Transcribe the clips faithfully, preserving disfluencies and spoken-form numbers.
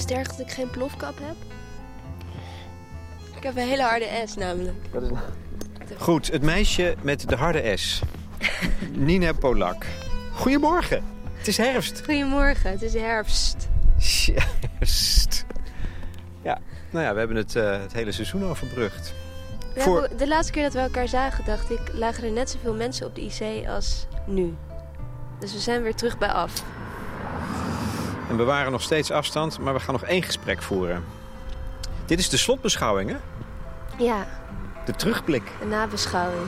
Is het erg dat ik geen plofkap heb? Ik heb een hele harde S namelijk. Wat is nou? Goed, het meisje met de harde S. Nina Polak. Goedemorgen. Het is herfst. Goedemorgen, het is herfst. Herfst. Ja, nou ja, we hebben het, uh, het hele seizoen overbrugd. Voor... Hebben, de laatste keer dat we elkaar zagen, dacht ik, lagen er net zoveel mensen op de I C als nu. Dus we zijn weer terug bij af. En we waren nog steeds afstand, maar we gaan nog één gesprek voeren. Dit is de slotbeschouwing, hè? Ja. De terugblik. De nabeschouwing.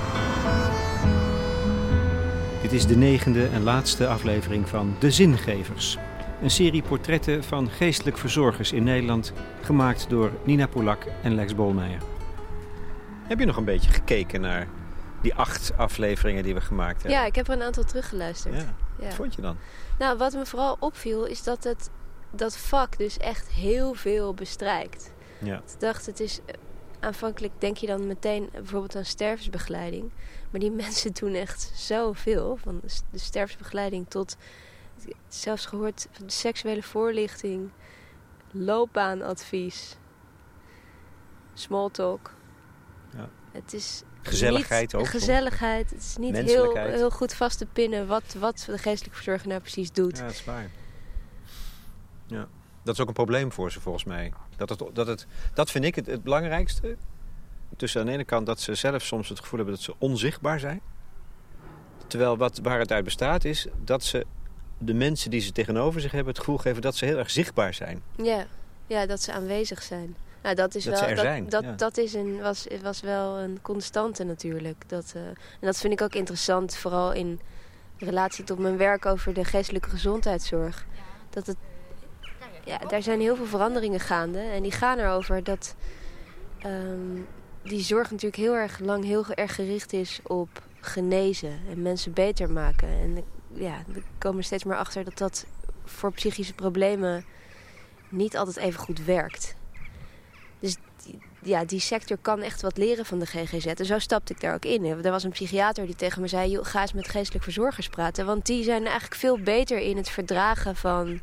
Dit is de negende en laatste aflevering van De Zingevers. Een serie portretten van geestelijk verzorgers in Nederland, gemaakt door Nina Polak en Lex Bolmeijer. Heb je nog een beetje gekeken naar die acht afleveringen die we gemaakt hebben? Ja, ik heb er een aantal teruggeluisterd. Ja. Ja. Wat vond je dan? Nou, wat me vooral opviel is dat het, dat vak dus echt heel veel bestrijkt. Ja. Ik dacht, het is... Aanvankelijk denk je dan meteen bijvoorbeeld aan stervensbegeleiding. Maar die mensen doen echt zoveel. Van de stervensbegeleiding tot... Zelfs gehoord van de seksuele voorlichting. Loopbaanadvies. Smalltalk. Ja. Het is... Gezelligheid niet, ook. Gezelligheid. Het is niet heel, heel goed vast te pinnen wat, wat de geestelijke verzorger nou precies doet. Ja, dat is waar. Ja. Dat is ook een probleem voor ze volgens mij. Dat, het, dat, het, dat vind ik het, het belangrijkste. Tussen aan de ene kant dat ze zelf soms het gevoel hebben dat ze onzichtbaar zijn. Terwijl wat, waar het uit bestaat is dat ze de mensen die ze tegenover zich hebben het gevoel geven dat ze heel erg zichtbaar zijn. Ja, ja dat ze aanwezig zijn. Nou, dat is dat wel, ze er dat, zijn. Dat, ja. dat is een, was, was wel een constante natuurlijk. Dat, uh, en dat vind ik ook interessant, vooral in relatie tot mijn werk over de geestelijke gezondheidszorg. Dat het, ja, daar zijn heel veel veranderingen gaande. En die gaan erover dat um, die zorg natuurlijk heel erg lang heel erg gericht is op genezen en mensen beter maken. En ja, we komen er steeds meer achter dat dat voor psychische problemen niet altijd even goed werkt. Dus die, ja, die sector kan echt wat leren van de G G Z. En zo stapte ik daar ook in. Er was een psychiater die tegen me zei, joh, ga eens met geestelijk verzorgers praten. Want die zijn eigenlijk veel beter in het verdragen van...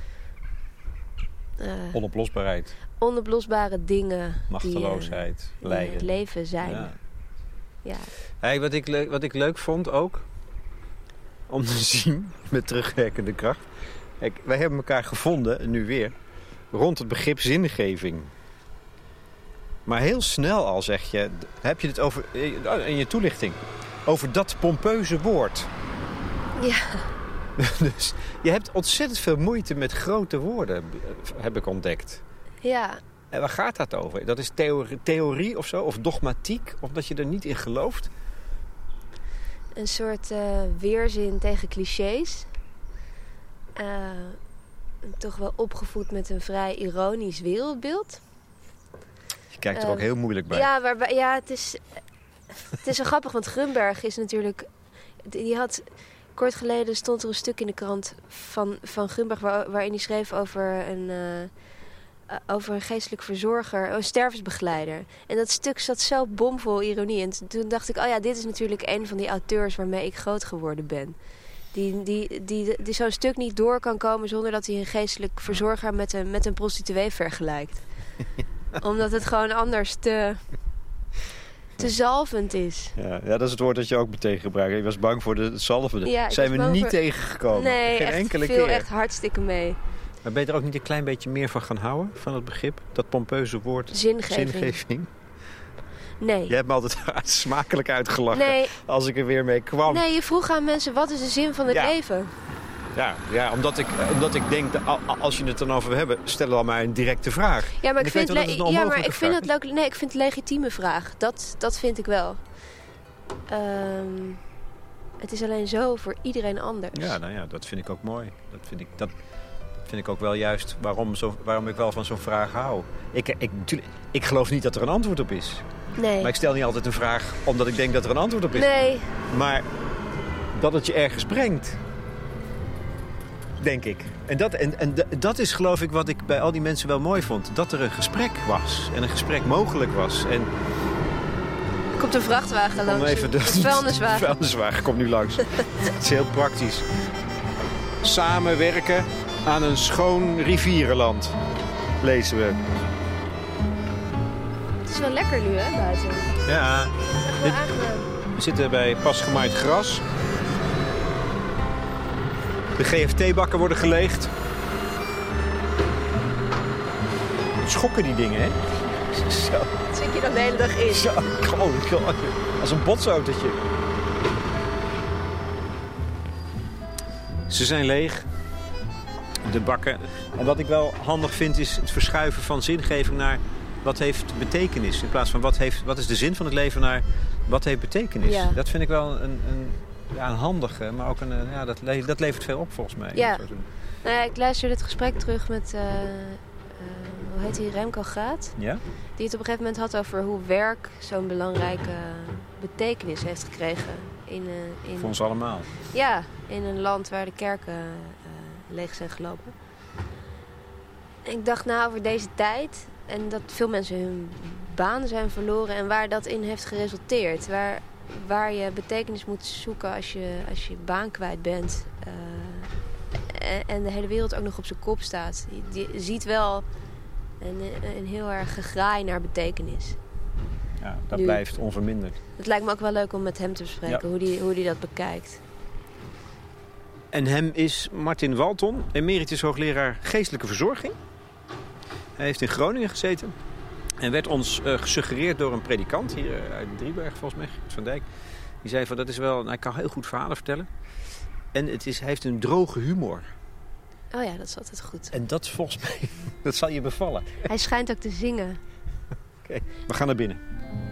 Uh, Onoplosbaarheid. Onoplosbare dingen. Machteloosheid. Die, uh, lijden. In het leven zijn. Ja. Ja. Hey, wat, ik leuk, wat ik leuk vond ook, om te zien, met terugwerkende kracht. Kijk, wij hebben elkaar gevonden, nu weer, rond het begrip zingeving. Maar heel snel al zeg je, heb je het over, in je toelichting, over dat pompeuze woord. Ja. Dus je hebt ontzettend veel moeite met grote woorden, heb ik ontdekt. Ja. En waar gaat dat over? Dat is theorie, theorie of zo? Of dogmatiek? Of dat je er niet in gelooft? Een soort uh, weerzin tegen clichés. Uh, toch wel opgevoed met een vrij ironisch wereldbeeld. Je kijkt er uh, ook heel moeilijk bij. Ja, waarbij, ja het is, het is zo grappig, want Grunberg is natuurlijk... Die had... Kort geleden stond er een stuk in de krant van, van Grunberg... Waar, waarin hij schreef over een... Uh, Uh, over een geestelijk verzorger, een stervensbegeleider. En dat stuk zat zo bomvol ironie. En toen dacht ik, oh ja, dit is natuurlijk een van die auteurs waarmee ik groot geworden ben. Die, die, die, die zo'n stuk niet door kan komen zonder dat hij een geestelijk verzorger met een, met een prostituee vergelijkt. Omdat het gewoon anders te, te zalvend is. Ja, ja, dat is het woord dat je ook meteen gebruikt. Je was bang voor de zalvende. Ja, zijn we niet voor... tegengekomen. Nee, Geen echt enkele veel keer. echt hartstikke mee. Maar ben je er ook niet een klein beetje meer van gaan houden? Van het begrip? Dat pompeuze woord? Zingeving. Zingeving? Nee. Jij hebt me altijd smakelijk uitgelachen nee. als ik er weer mee kwam. Nee, je vroeg aan mensen, wat is de zin van het ja. leven? Ja, ja omdat, ik, omdat ik denk, dat als je het dan over hebt, stel dan maar een directe vraag. Ja, maar ik, ik vind, le- het, ja, maar ik vind het leuk. Nee, ik vind het een legitieme vraag. Dat, dat vind ik wel. Um, het is alleen zo voor iedereen anders. Ja, nou ja, dat vind ik ook mooi. Dat vind ik, dat vind ik ook wel juist waarom, zo, waarom ik wel van zo'n vraag hou. Ik, ik, natuurlijk, ik geloof niet dat er een antwoord op is. Nee. Maar ik stel niet altijd een vraag omdat ik denk dat er een antwoord op is. Nee. Maar dat het je ergens brengt, denk ik. En dat, en, en dat is geloof ik wat ik bij al die mensen wel mooi vond. Dat er een gesprek was. En een gesprek mogelijk was. En er komt een vrachtwagen langs. Even de, een vuilniswagen. De vuilniswagen komt nu langs. Het is heel praktisch. Samenwerken aan een schoon rivierenland, lezen we. Het is wel lekker nu, hè, buiten. Ja. Het is echt wel aangenaam. We zitten bij pas gemaaid gras. De G F T-bakken worden geleegd. Schokken die dingen, hè? Zo. Zit je dan de hele dag in? Zo, gewoon, gewoon. Als een botsautootje. Ze zijn leeg. De bakken. En wat ik wel handig vind is het verschuiven van zingeving naar wat heeft betekenis. In plaats van wat, heeft, wat is de zin van het leven naar wat heeft betekenis. Ja. Dat vind ik wel een, een, ja, een handige, maar ook een, ja, dat, le- dat levert veel op volgens mij. Ja. Nou ja, ik luisterde het gesprek terug met, uh, uh, hoe heet hij, Remco Graat. Ja? Die het op een gegeven moment had over hoe werk zo'n belangrijke betekenis heeft gekregen. In, uh, in, voor ons allemaal. Ja, in een land waar de kerken uh, leeg zijn gelopen. Ik dacht na over deze tijd en dat veel mensen hun baan zijn verloren en waar dat in heeft geresulteerd. Waar, waar je betekenis moet zoeken als je, als je baan kwijt bent. Uh, en, en de hele wereld ook nog op zijn kop staat. Je, je ziet wel een, een heel erg gegraai naar betekenis. Ja, dat nu, blijft onverminderd. Het lijkt me ook wel leuk om met hem te bespreken, ja. hoe die, hoe die dat bekijkt. En hem is Martin Walton, emeritus hoogleraar geestelijke verzorging. Hij heeft in Groningen gezeten en werd ons uh, gesuggereerd door een predikant hier uh, uit Driebergen, volgens mij, Van Dijk. Die zei van dat is wel, nou, hij kan heel goed verhalen vertellen. En het is, hij heeft een droge humor. Oh ja, dat is altijd goed. En dat volgens mij, dat zal je bevallen. Hij schijnt ook te zingen. Oké, okay, we gaan naar binnen.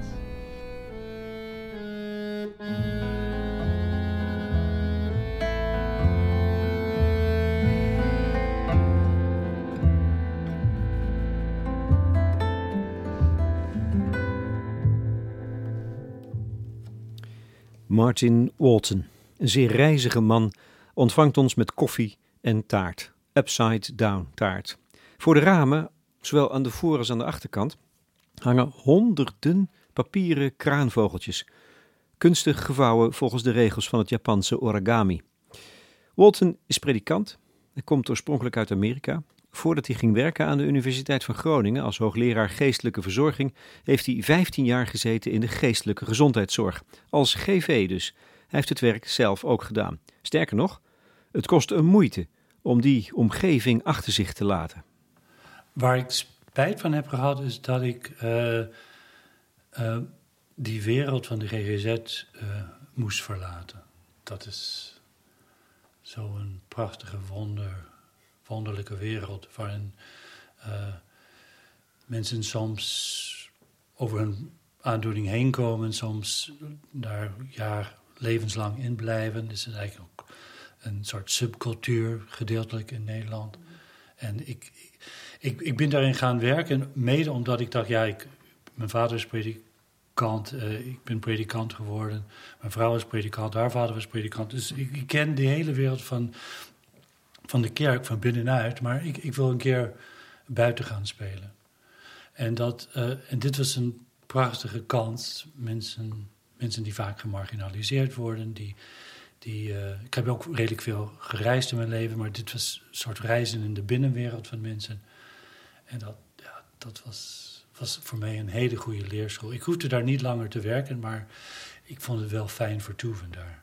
Martin Walton, een zeer reizige man, ontvangt ons met koffie en taart. Upside-down taart. Voor de ramen, zowel aan de voor- als aan de achterkant, hangen honderden papieren kraanvogeltjes. Kunstig gevouwen volgens de regels van het Japanse origami. Walton is predikant. Hij komt oorspronkelijk uit Amerika. Voordat hij ging werken aan de Universiteit van Groningen als hoogleraar geestelijke verzorging, heeft hij vijftien jaar gezeten in de geestelijke gezondheidszorg. Als G V dus. Hij heeft het werk zelf ook gedaan. Sterker nog, het kost een moeite om die omgeving achter zich te laten. Waar ik spijt van heb gehad is dat ik uh, uh, die wereld van de G G Z uh, moest verlaten. Dat is zo'n prachtige wonder, wonderlijke wereld waarin uh, mensen soms over hun aandoening heen komen, soms daar jaar levenslang in blijven. Dus het is eigenlijk ook een soort subcultuur, gedeeltelijk in Nederland. En ik, ik, ik ben daarin gaan werken, mede omdat ik dacht, ja, ik, mijn vader is predikant, uh, ik ben predikant geworden. Mijn vrouw is predikant, haar vader was predikant. Dus ik, ik ken de hele wereld van, van de kerk, van binnenuit. Maar ik, ik wil een keer buiten gaan spelen. En, dat, uh, en dit was een prachtige kans. Mensen, mensen die vaak gemarginaliseerd worden, die... Die, uh, ik heb ook redelijk veel gereisd in mijn leven, maar dit was een soort reizen in de binnenwereld van mensen. En dat, ja, dat was, was voor mij een hele goede leerschool. Ik hoefde daar niet langer te werken, maar ik vond het wel fijn vertoeven daar.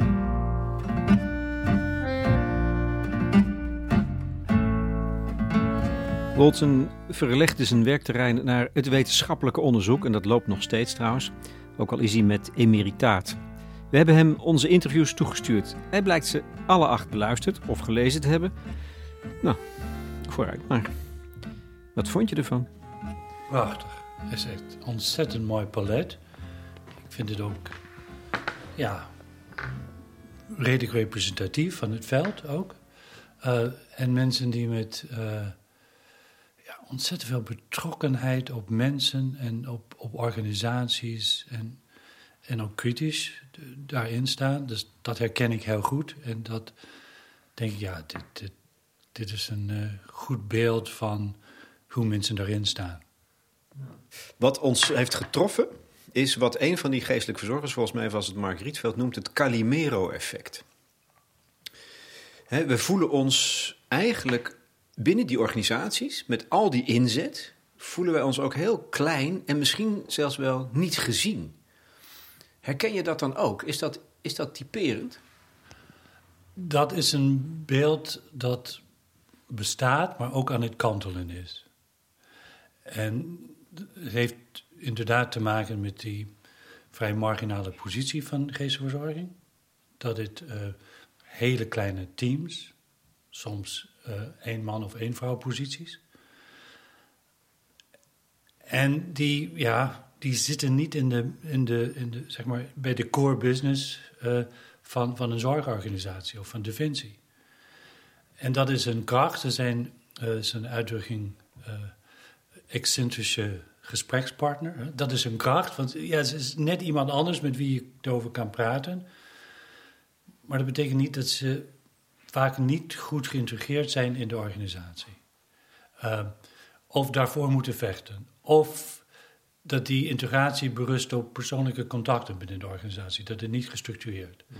Walton verlegde zijn werkterrein naar het wetenschappelijke onderzoek, en dat loopt nog steeds trouwens, ook al is hij met emeritaat. We hebben hem onze interviews toegestuurd. Hij blijkt ze alle acht beluisterd of gelezen te hebben. Nou, vooruit maar. Wat vond je ervan? Prachtig. Het is echt een ontzettend mooi palet. Ik vind het ook, ja, redelijk representatief van het veld ook. Uh, en mensen die met uh, ja, ontzettend veel betrokkenheid op mensen en op, op organisaties en... En ook kritisch daarin staan. Dus dat herken ik heel goed. En dat denk ik, ja, dit, dit, dit is een uh, goed beeld van hoe mensen daarin staan. Wat ons heeft getroffen is wat een van die geestelijke verzorgers, volgens mij was het Mark Rietveld, noemt het Calimero-effect. He, we voelen ons eigenlijk binnen die organisaties, met al die inzet, voelen wij ons ook heel klein en misschien zelfs wel niet gezien. Herken je dat dan ook? Is dat, is dat typerend? Dat is een beeld dat bestaat, maar ook aan het kantelen is. En het heeft inderdaad te maken met die vrij marginale positie van geestverzorging. Dat het uh, hele kleine teams, soms uh, één man of één vrouw posities. En die, ja, die zitten niet in de, in de, in de, zeg maar, bij de core business uh, van, van een zorgorganisatie of van Defensie. En dat is een kracht. Er zijn, uh, is een uitdrukking, uh, excentrische gesprekspartner. Hè? Dat is een kracht, want ja, het is net iemand anders met wie je erover kan praten. Maar dat betekent niet dat ze vaak niet goed geïntegreerd zijn in de organisatie. Uh, of daarvoor moeten vechten. Of dat die integratie berust op persoonlijke contacten binnen de organisatie. Dat het niet gestructureerd. Ja.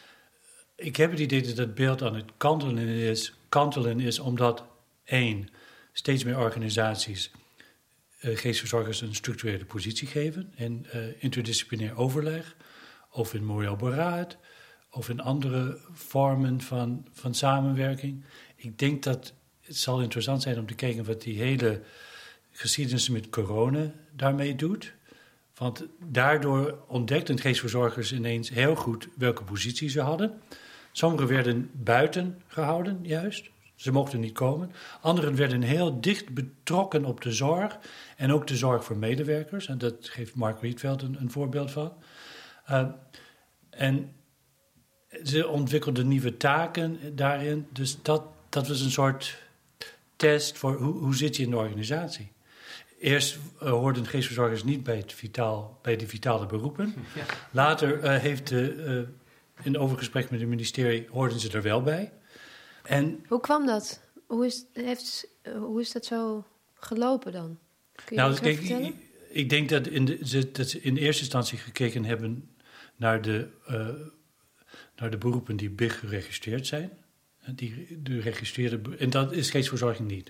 Ik heb het idee dat dat beeld aan het kantelen is, kantelen is omdat, één, steeds meer organisaties uh, geestverzorgers een structurele positie geven in uh, interdisciplinair overleg, of in moreel beraad, of in andere vormen van, van samenwerking. Ik denk dat het zal interessant zijn om te kijken wat die hele geschiedenis met corona daarmee doet. Want daardoor ontdekten geestverzorgers ineens heel goed welke positie ze hadden. Sommigen werden buiten gehouden, juist. Ze mochten niet komen. Anderen werden heel dicht betrokken op de zorg. En ook de zorg voor medewerkers. En dat geeft Mark Rietveld een, een voorbeeld van. Uh, en ze ontwikkelden nieuwe taken daarin. Dus dat, dat was een soort test voor hoe, hoe zit je in de organisatie. Eerst uh, hoorden geestverzorgers niet bij, het vitaal, bij de vitale beroepen. Ja. Later uh, heeft de, uh, in overgesprek met het ministerie hoorden ze er wel bij. En, hoe kwam dat? Hoe is, heeft, uh, hoe is dat zo gelopen dan? Kun je nou, dat kijk, vertellen? Ik, ik denk dat, in de, ze, dat ze in eerste instantie gekeken hebben naar de, uh, naar de beroepen die B I G geregistreerd zijn. Die, de geregistreerde, en dat is geestverzorging niet.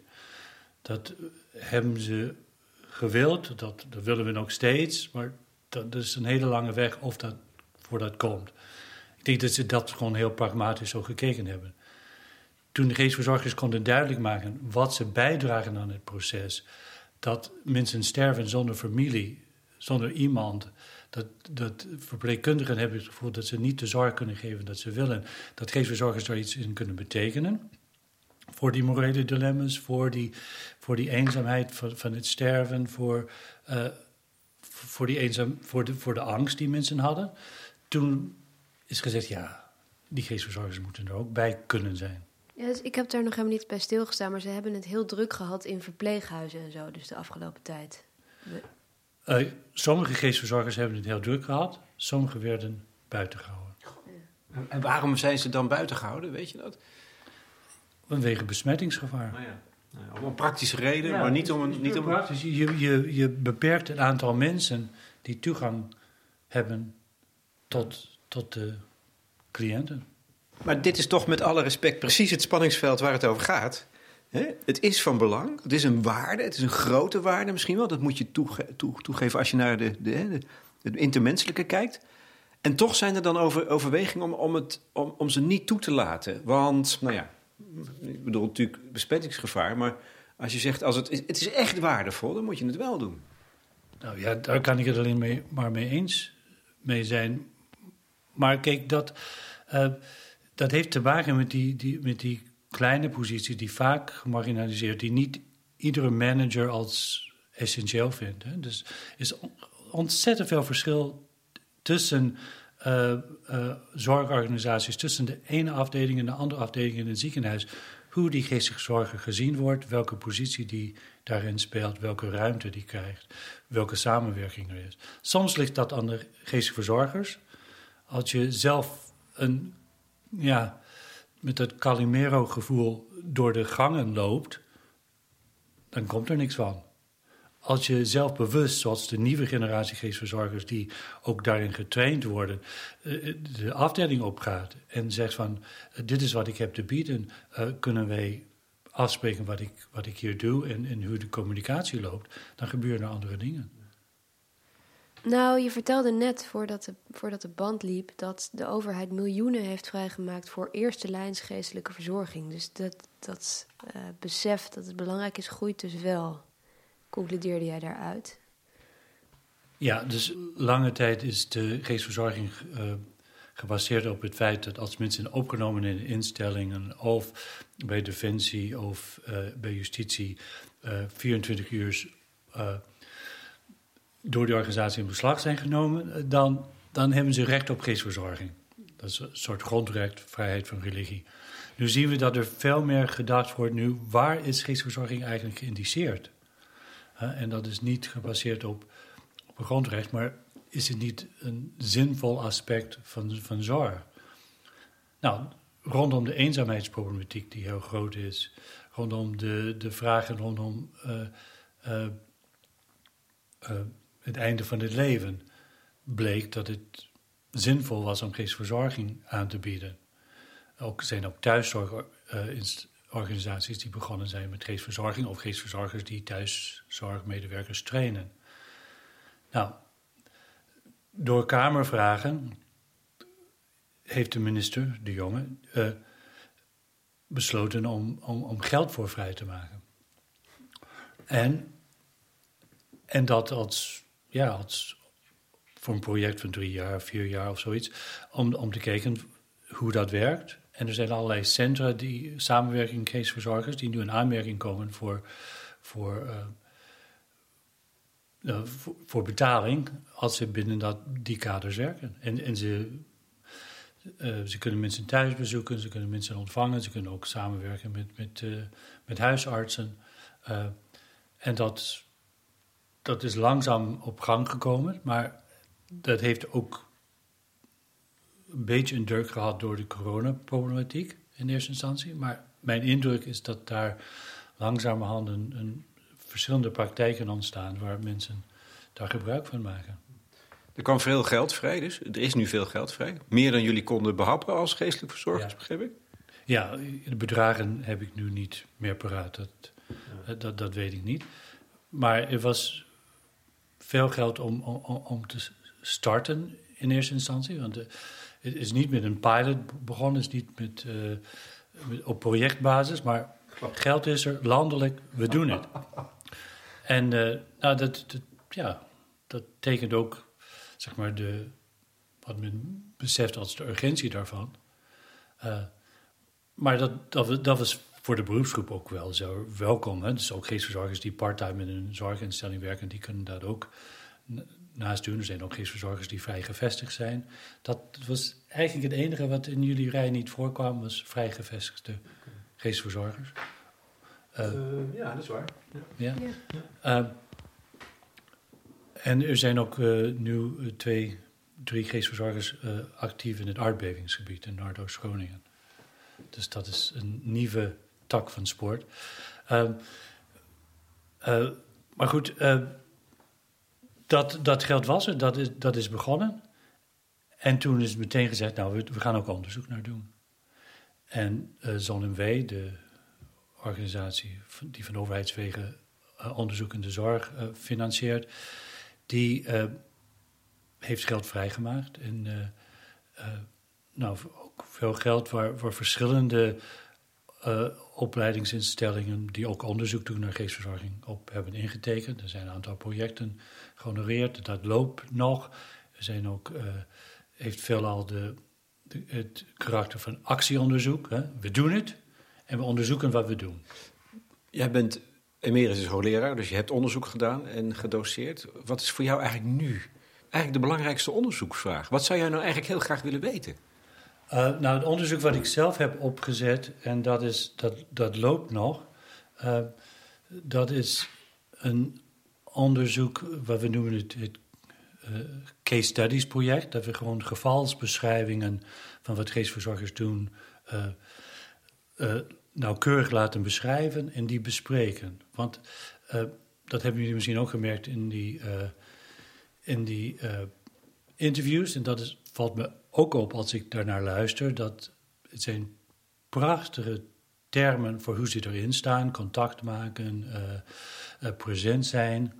Dat hebben ze gewild, dat, dat willen we nog steeds, maar dat, dat is een hele lange weg of dat voor dat komt. Ik denk dat ze dat gewoon heel pragmatisch zo gekeken hebben. Toen de geestverzorgers konden duidelijk maken wat ze bijdragen aan het proces, dat mensen sterven zonder familie, zonder iemand, dat, dat verpleegkundigen hebben het gevoel dat ze niet de zorg kunnen geven dat ze willen, dat geestverzorgers daar iets in kunnen betekenen. Voor die morele dilemma's, voor die, voor die eenzaamheid van, van het sterven, voor, uh, voor, die eenzaam, voor, de, voor de angst die mensen hadden. Toen is gezegd, ja, die geestverzorgers moeten er ook bij kunnen zijn. Ja, dus ik heb daar nog helemaal niet bij stilgestaan, maar ze hebben het heel druk gehad in verpleeghuizen en zo, dus de afgelopen tijd. We... Uh, sommige geestverzorgers hebben het heel druk gehad, sommige werden buiten gehouden. Ja. En waarom zijn ze dan buiten gehouden, weet je dat? Vanwege besmettingsgevaar. Nou ja. Nou ja, om een praktische reden, ja, maar niet om een... Niet om praktisch. Je, je, je beperkt het aantal mensen die toegang hebben tot, tot de cliënten. Maar dit is toch met alle respect precies het spanningsveld waar het over gaat. He? Het is van belang, het is een waarde, het is een grote waarde misschien wel. Dat moet je toege- toe- toegeven als je naar de, de, de, de intermenselijke kijkt. En toch zijn er dan over, overwegingen om, om, het, om, om ze niet toe te laten. Want, nou ja, ik bedoel natuurlijk besmettingsgevaar, maar als je zegt, als het, het is echt waardevol, dan moet je het wel doen. Nou ja, daar kan ik het alleen mee, maar mee eens mee zijn. Maar kijk, dat, uh, dat heeft te maken met die, die, met die kleine posities die vaak gemarginaliseerd, die niet iedere manager als essentieel vindt. Hè. Dus er is ontzettend veel verschil tussen uh, uh, zorgorganisaties, tussen de ene afdeling en de andere afdeling in het ziekenhuis, hoe die geestelijke zorger gezien wordt, welke positie die daarin speelt, welke ruimte die krijgt, welke samenwerking er is. Soms ligt dat aan de geestelijke verzorgers. Als je zelf een, ja, met dat Calimero-gevoel door de gangen loopt, dan komt er niks van. als je zelf bewust, zoals de nieuwe generatie geestverzorgers die ook daarin getraind worden, de afdeling opgaat en zegt van, dit is wat ik heb te bieden, uh, kunnen wij afspreken wat ik, wat ik hier doe en, en hoe de communicatie loopt, dan gebeuren er andere dingen. Nou, je vertelde net, voordat de, voordat de band liep, dat de overheid miljoenen heeft vrijgemaakt voor eerste lijns geestelijke verzorging. Dus dat, dat uh, besef dat het belangrijk is, groeit dus wel. Concludeerde jij daaruit? Ja, dus lange tijd is de geestverzorging uh, gebaseerd op het feit dat als mensen zijn opgenomen in instellingen of bij Defensie of uh, bij Justitie uh, vierentwintig uur uh, door de organisatie in beslag zijn genomen, dan, dan hebben ze recht op geestverzorging. Dat is een soort grondrecht, vrijheid van religie. Nu zien we dat er veel meer gedacht wordt nu, waar is geestverzorging eigenlijk geïndiceerd? Uh, en dat is niet gebaseerd op, op een grondrecht, maar is het niet een zinvol aspect van, van zorg? Nou, rondom de eenzaamheidsproblematiek die heel groot is, rondom de, de vragen rondom uh, uh, uh, het einde van het leven, bleek dat het zinvol was om geestverzorging aan te bieden. Ook zijn ook thuiszorgorganisaties uh, die begonnen zijn met geestverzorging of geestverzorgers die thuiszorgmedewerkers trainen. Nou, door Kamervragen heeft de minister, de Jonge, uh, besloten om, om, om geld voor vrij te maken. En, en dat als, ja, als voor een project van drie jaar, vier jaar of zoiets, om, om te kijken hoe dat werkt. En er zijn allerlei centra, die samenwerking geestverzorgers, die nu in aanmerking komen voor, voor, uh, uh, voor, voor betaling als ze binnen dat, die kaders werken. En, en ze, uh, ze kunnen mensen thuis bezoeken, ze kunnen mensen ontvangen, ze kunnen ook samenwerken met, met, uh, met huisartsen. Uh, en dat, dat is langzaam op gang gekomen, maar dat heeft ook een beetje een druk gehad door de coronaproblematiek in eerste instantie. Maar mijn indruk is dat daar langzamerhand een, een verschillende praktijken ontstaan waar mensen daar gebruik van maken. Er kwam veel geld vrij dus. Er is nu veel geld vrij. Meer dan jullie konden behappen als geestelijk verzorgers, ja. begrijp ik? Ja, de bedragen heb ik nu niet meer paraat. Dat, ja. dat, dat weet ik niet. Maar er was veel geld om, om, om te starten in eerste instantie. Want de, het is niet met een pilot begonnen, het is niet met, uh, met, op projectbasis, maar geld is er landelijk, we doen het. En uh, nou, dat, dat, ja, dat tekent ook, zeg maar, de, wat men beseft als de urgentie daarvan. Uh, maar dat, dat, dat was voor de beroepsgroep ook wel zo welkom. Hè? Dus ook geestverzorgers die part-time in een zorginstelling werken, die kunnen dat ook naast doen. Er zijn ook geestverzorgers die vrij gevestigd zijn. Dat was eigenlijk het enige wat in jullie rij niet voorkwam, was vrij gevestigde geestverzorgers. Uh, uh, ja, dat is waar. Ja. Ja. Uh, en er zijn ook uh, nu uh, twee, drie geestverzorgers uh, actief in het aardbevingsgebied in Noordoost-Groningen. Dus dat is een nieuwe tak van sport. Uh, uh, maar goed, uh, dat, dat geld was er, dat is, dat is begonnen. En toen is meteen gezegd, nou, we, we gaan ook onderzoek naar doen. En uh, ZonMW, de organisatie die van overheidswegen uh, onderzoek in de zorg uh, financiert, die uh, heeft geld vrijgemaakt. En uh, uh, nou, ook veel geld waar, waar verschillende uh, opleidingsinstellingen die ook onderzoek doen naar geestverzorging op hebben ingetekend. Er zijn een aantal projecten gehonoreerd, dat loopt nog. Er zijn ook, uh, heeft veelal de, de, het karakter van actieonderzoek. Hè? We doen het en we onderzoeken wat we doen. Jij bent emeritus hoogleraar, dus je hebt onderzoek gedaan en gedoseerd. Wat is voor jou eigenlijk nu eigenlijk de belangrijkste onderzoeksvraag? Wat zou jij nou eigenlijk heel graag willen weten? Uh, nou, het onderzoek wat ik zelf heb opgezet, en dat, is, dat, dat loopt nog, uh, dat is een onderzoek wat we noemen het, het uh, case studies project. Dat we gewoon gevalsbeschrijvingen van wat geestverzorgers doen uh, uh, nauwkeurig laten beschrijven en die bespreken. Want uh, dat hebben jullie misschien ook gemerkt in die, uh, in die uh, interviews. En dat is, valt me ook op als ik daarnaar luister. Dat het zijn prachtige termen voor hoe ze erin staan. Contact maken, uh, uh, present zijn.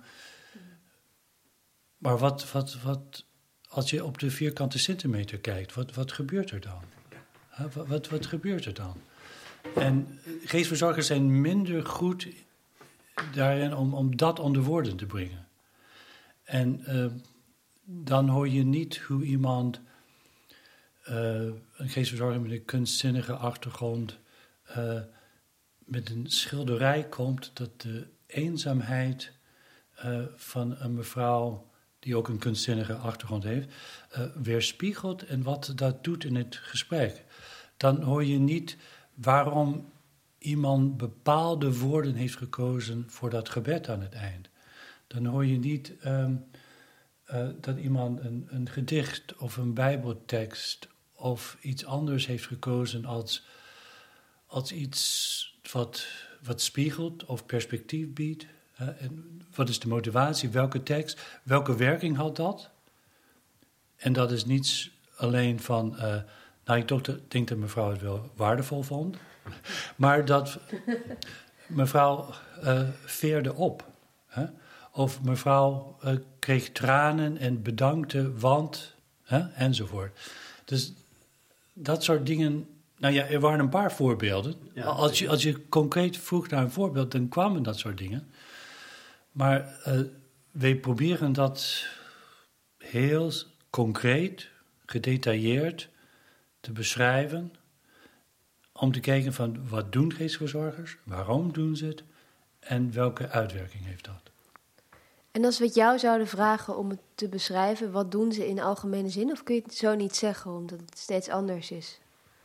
Maar wat, wat, wat, als je op de vierkante centimeter kijkt, wat, wat gebeurt er dan? Huh? Wat, wat, wat gebeurt er dan? En geestverzorgers zijn minder goed daarin om, om dat onder woorden te brengen. En uh, dan hoor je niet hoe iemand, uh, een geestverzorger met een kunstzinnige achtergrond, uh, met een schilderij komt dat de eenzaamheid uh, van een mevrouw die ook een kunstzinnige achtergrond heeft, uh, weerspiegelt en wat dat doet in het gesprek. Dan hoor je niet waarom iemand bepaalde woorden heeft gekozen voor dat gebed aan het eind. Dan hoor je niet um, uh, dat iemand een, een gedicht of een bijbeltekst of iets anders heeft gekozen als, als iets wat, wat spiegelt of perspectief biedt. Uh, en wat is de motivatie? Welke tekst? Welke werking had dat? En dat is niets alleen van, Uh, nou, ik denk, denk dat mevrouw het wel waardevol vond. Maar dat mevrouw uh, veerde op. Hè? Of mevrouw uh, kreeg tranen en bedankte, want, hè? Enzovoort. Dus dat soort dingen. Nou ja, er waren een paar voorbeelden. Ja, als, je, als je concreet vroeg naar een voorbeeld, dan kwamen dat soort dingen. Maar uh, wij proberen dat heel concreet, gedetailleerd te beschrijven, om te kijken van wat doen geestverzorgers, waarom doen ze het en welke uitwerking heeft dat. En als we het jou zouden vragen om het te beschrijven, wat doen ze in de algemene zin? Of kun je het zo niet zeggen, omdat het steeds anders is?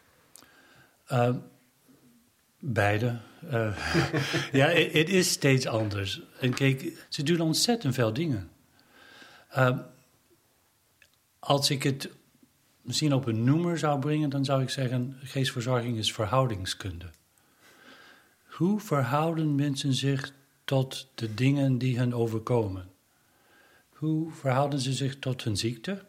Uh, beide. Uh, ja, het is steeds anders. En kijk, ze doen ontzettend veel dingen. Uh, als ik het misschien op een noemer zou brengen, dan zou ik zeggen, geestverzorging is verhoudingskunde. Hoe verhouden mensen zich tot de dingen die hen overkomen? Hoe verhouden ze zich tot hun ziekte?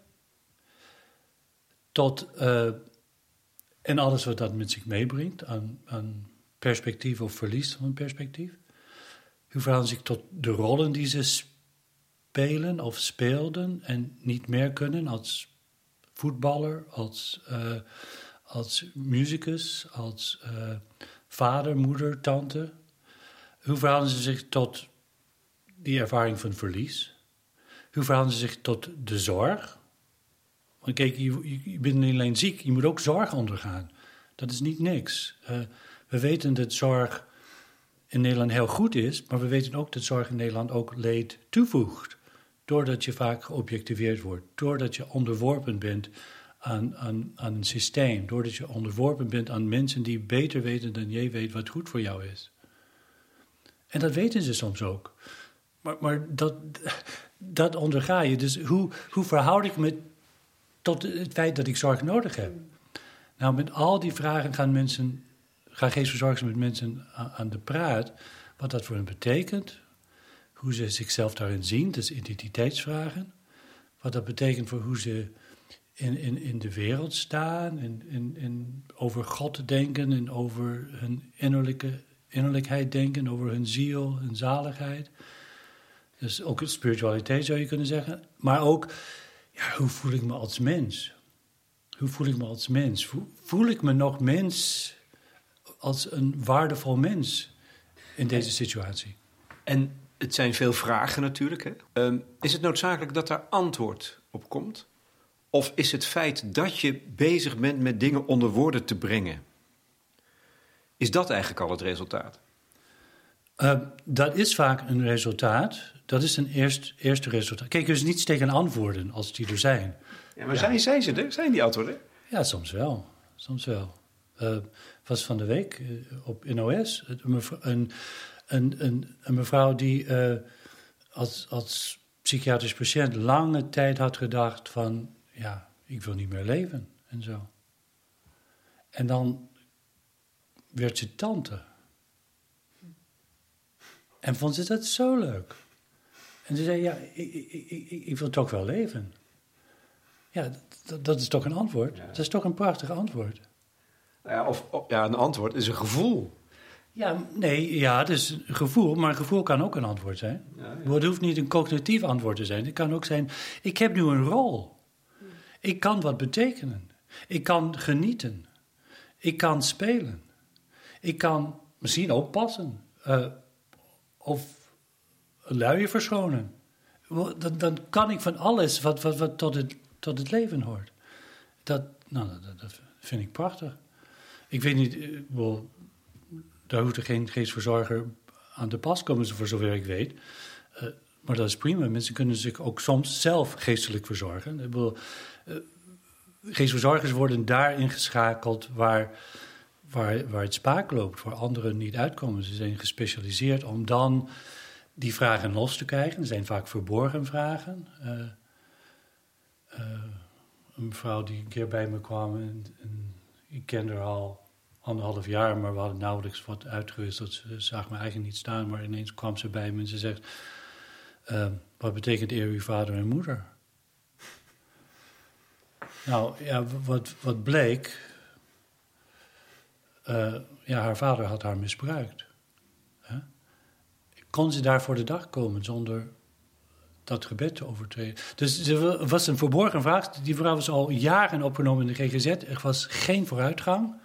Tot, uh, en alles wat dat met zich meebrengt, aan, aan perspectief of verlies van perspectief. Hoe verhouden ze zich tot de rollen die ze spelen of speelden en niet meer kunnen als voetballer, als, uh, als musicus, als uh, vader, moeder, tante. Hoe verhouden ze zich tot die ervaring van verlies? Hoe verhouden ze zich tot de zorg? Want kijk, je, je bent niet alleen ziek, je moet ook zorg ondergaan. Dat is niet niks. Uh, we weten dat zorg in Nederland heel goed is, maar we weten ook dat zorg in Nederland ook leed toevoegt. Doordat je vaak geobjectiveerd wordt. Doordat je onderworpen bent aan, aan, aan een systeem. Doordat je onderworpen bent aan mensen die beter weten dan jij weet wat goed voor jou is. En dat weten ze soms ook. Maar, maar dat, dat onderga je. Dus hoe, hoe verhoud ik me tot het feit dat ik zorg nodig heb? Nou, met al die vragen gaan mensen, gaan geestverzorgers met mensen aan, aan de praat. Wat dat voor hen betekent. Hoe ze zichzelf daarin zien, dus identiteitsvragen. Wat dat betekent voor hoe ze in, in, in de wereld staan. En in, in over God denken en over hun innerlijke, innerlijkheid denken. Over hun ziel, hun zaligheid. Dus ook spiritualiteit zou je kunnen zeggen. Maar ook, ja, hoe voel ik me als mens? Hoe voel ik me als mens? Voel ik me nog mens als een waardevol mens in deze situatie? En het zijn veel vragen natuurlijk. Hè? Um, is het noodzakelijk dat daar antwoord op komt? Of is het feit dat je bezig bent met dingen onder woorden te brengen, is dat eigenlijk al het resultaat? Uh, dat is vaak een resultaat. Dat is een eerst, eerste resultaat. Kijk, er is niets tegen antwoorden als die er zijn. Ja, maar ja. Zijn, zijn ze er? Zijn die antwoorden? Ja, soms wel. Soms wel. Uh, was van de week uh, op N O S een, een, een, een, een mevrouw die uh, als, als psychiatrisch patiënt lange tijd had gedacht van, ja, ik wil niet meer leven en zo. En dan werd ze tante. En vond ze dat zo leuk. En ze zei, ja, ik, ik, ik, ik wil toch wel leven. Ja, dat, dat is toch een antwoord? Ja. Dat is toch een prachtig antwoord? Ja, of, of ja, een antwoord is een gevoel. Ja, nee, ja, het is een gevoel, maar een gevoel kan ook een antwoord zijn. Ja, ja. Het hoeft niet een cognitief antwoord te zijn. Het kan ook zijn, ik heb nu een rol. Ik kan wat betekenen. Ik kan genieten. Ik kan spelen. Ik kan misschien ook passen. Uh, of luien verschonen. Dan, dan kan ik van alles wat, wat, wat tot, het, tot het leven hoort. Dat, nou, dat, dat vind ik prachtig. Ik weet niet, well, daar hoeft er geen geestverzorger aan te pas komen, voor zover ik weet. Uh, maar dat is prima. Mensen kunnen zich ook soms zelf geestelijk verzorgen. Ik bedoel, uh, geestverzorgers worden daar ingeschakeld waar, waar, waar het spaak loopt, waar anderen niet uitkomen. Ze zijn gespecialiseerd om dan die vragen los te krijgen. Er zijn vaak verborgen vragen. Uh, uh, een mevrouw die een keer bij me kwam, en, en ik kende haar al anderhalf jaar, maar we hadden nauwelijks wat uitgewisseld. Ze zag me eigenlijk niet staan, maar ineens kwam ze bij me en ze zegt, Uh, wat betekent eer uw vader en moeder? Nou, ja, wat, wat bleek, uh, ja, haar vader had haar misbruikt. Huh? Kon ze daar voor de dag komen zonder dat gebed te overtreden? Dus er was een verborgen vraag. Die vrouw was al jaren opgenomen in de G G Z. Er was geen vooruitgang.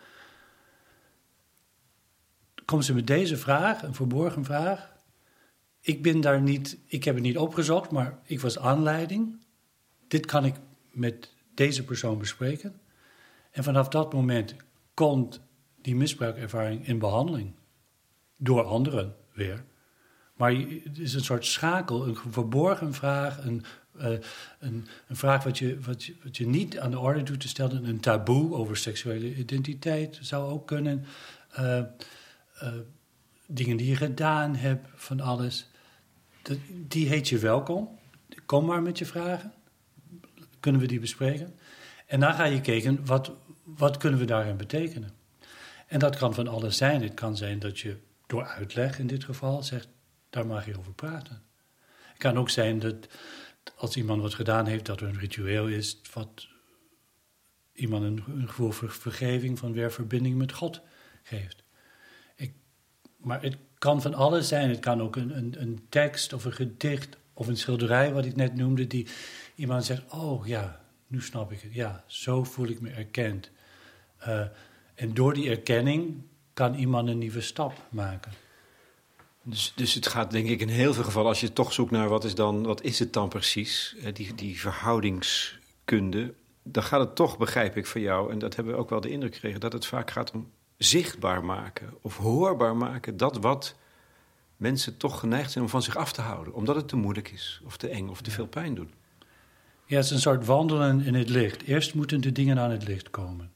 Komt ze met deze vraag, een verborgen vraag. Ik ben daar niet, ik heb het niet opgezocht, maar ik was aanleiding. Dit kan ik met deze persoon bespreken. En vanaf dat moment komt die misbruikervaring in behandeling. Door anderen weer. Maar het is een soort schakel, een verborgen vraag, een, uh, een, een vraag wat je, wat, je, wat je niet aan de orde doet te stellen. Een taboe over seksuele identiteit zou ook kunnen. Uh, uh, dingen die je gedaan hebt, van alles. Dat, die heet je welkom. Kom maar met je vragen. Kunnen we die bespreken? En dan ga je kijken, wat, wat kunnen we daarin betekenen? En dat kan van alles zijn. Het kan zijn dat je door uitleg in dit geval zegt, daar mag je over praten. Het kan ook zijn dat als iemand wat gedaan heeft, dat er een ritueel is, wat iemand een, een gevoel van vergeving, van weer verbinding met God geeft. Ik, maar het kan van alles zijn. Het kan ook een, een, een tekst of een gedicht of een schilderij, wat ik net noemde, die iemand zegt, oh ja, nu snap ik het. Ja, zo voel ik me erkend. Uh, en door die erkenning kan iemand een nieuwe stap maken. Dus, dus het gaat denk ik in heel veel gevallen, als je toch zoekt naar wat is, dan, wat is het dan precies, die, die verhoudingskunde, dan gaat het toch, begrijp ik van jou, en dat hebben we ook wel de indruk gekregen, dat het vaak gaat om zichtbaar maken of hoorbaar maken, dat wat mensen toch geneigd zijn om van zich af te houden, omdat het te moeilijk is, of te eng, of te veel pijn doet. Ja, het is een soort wandelen in het licht. Eerst moeten de dingen aan het licht komen.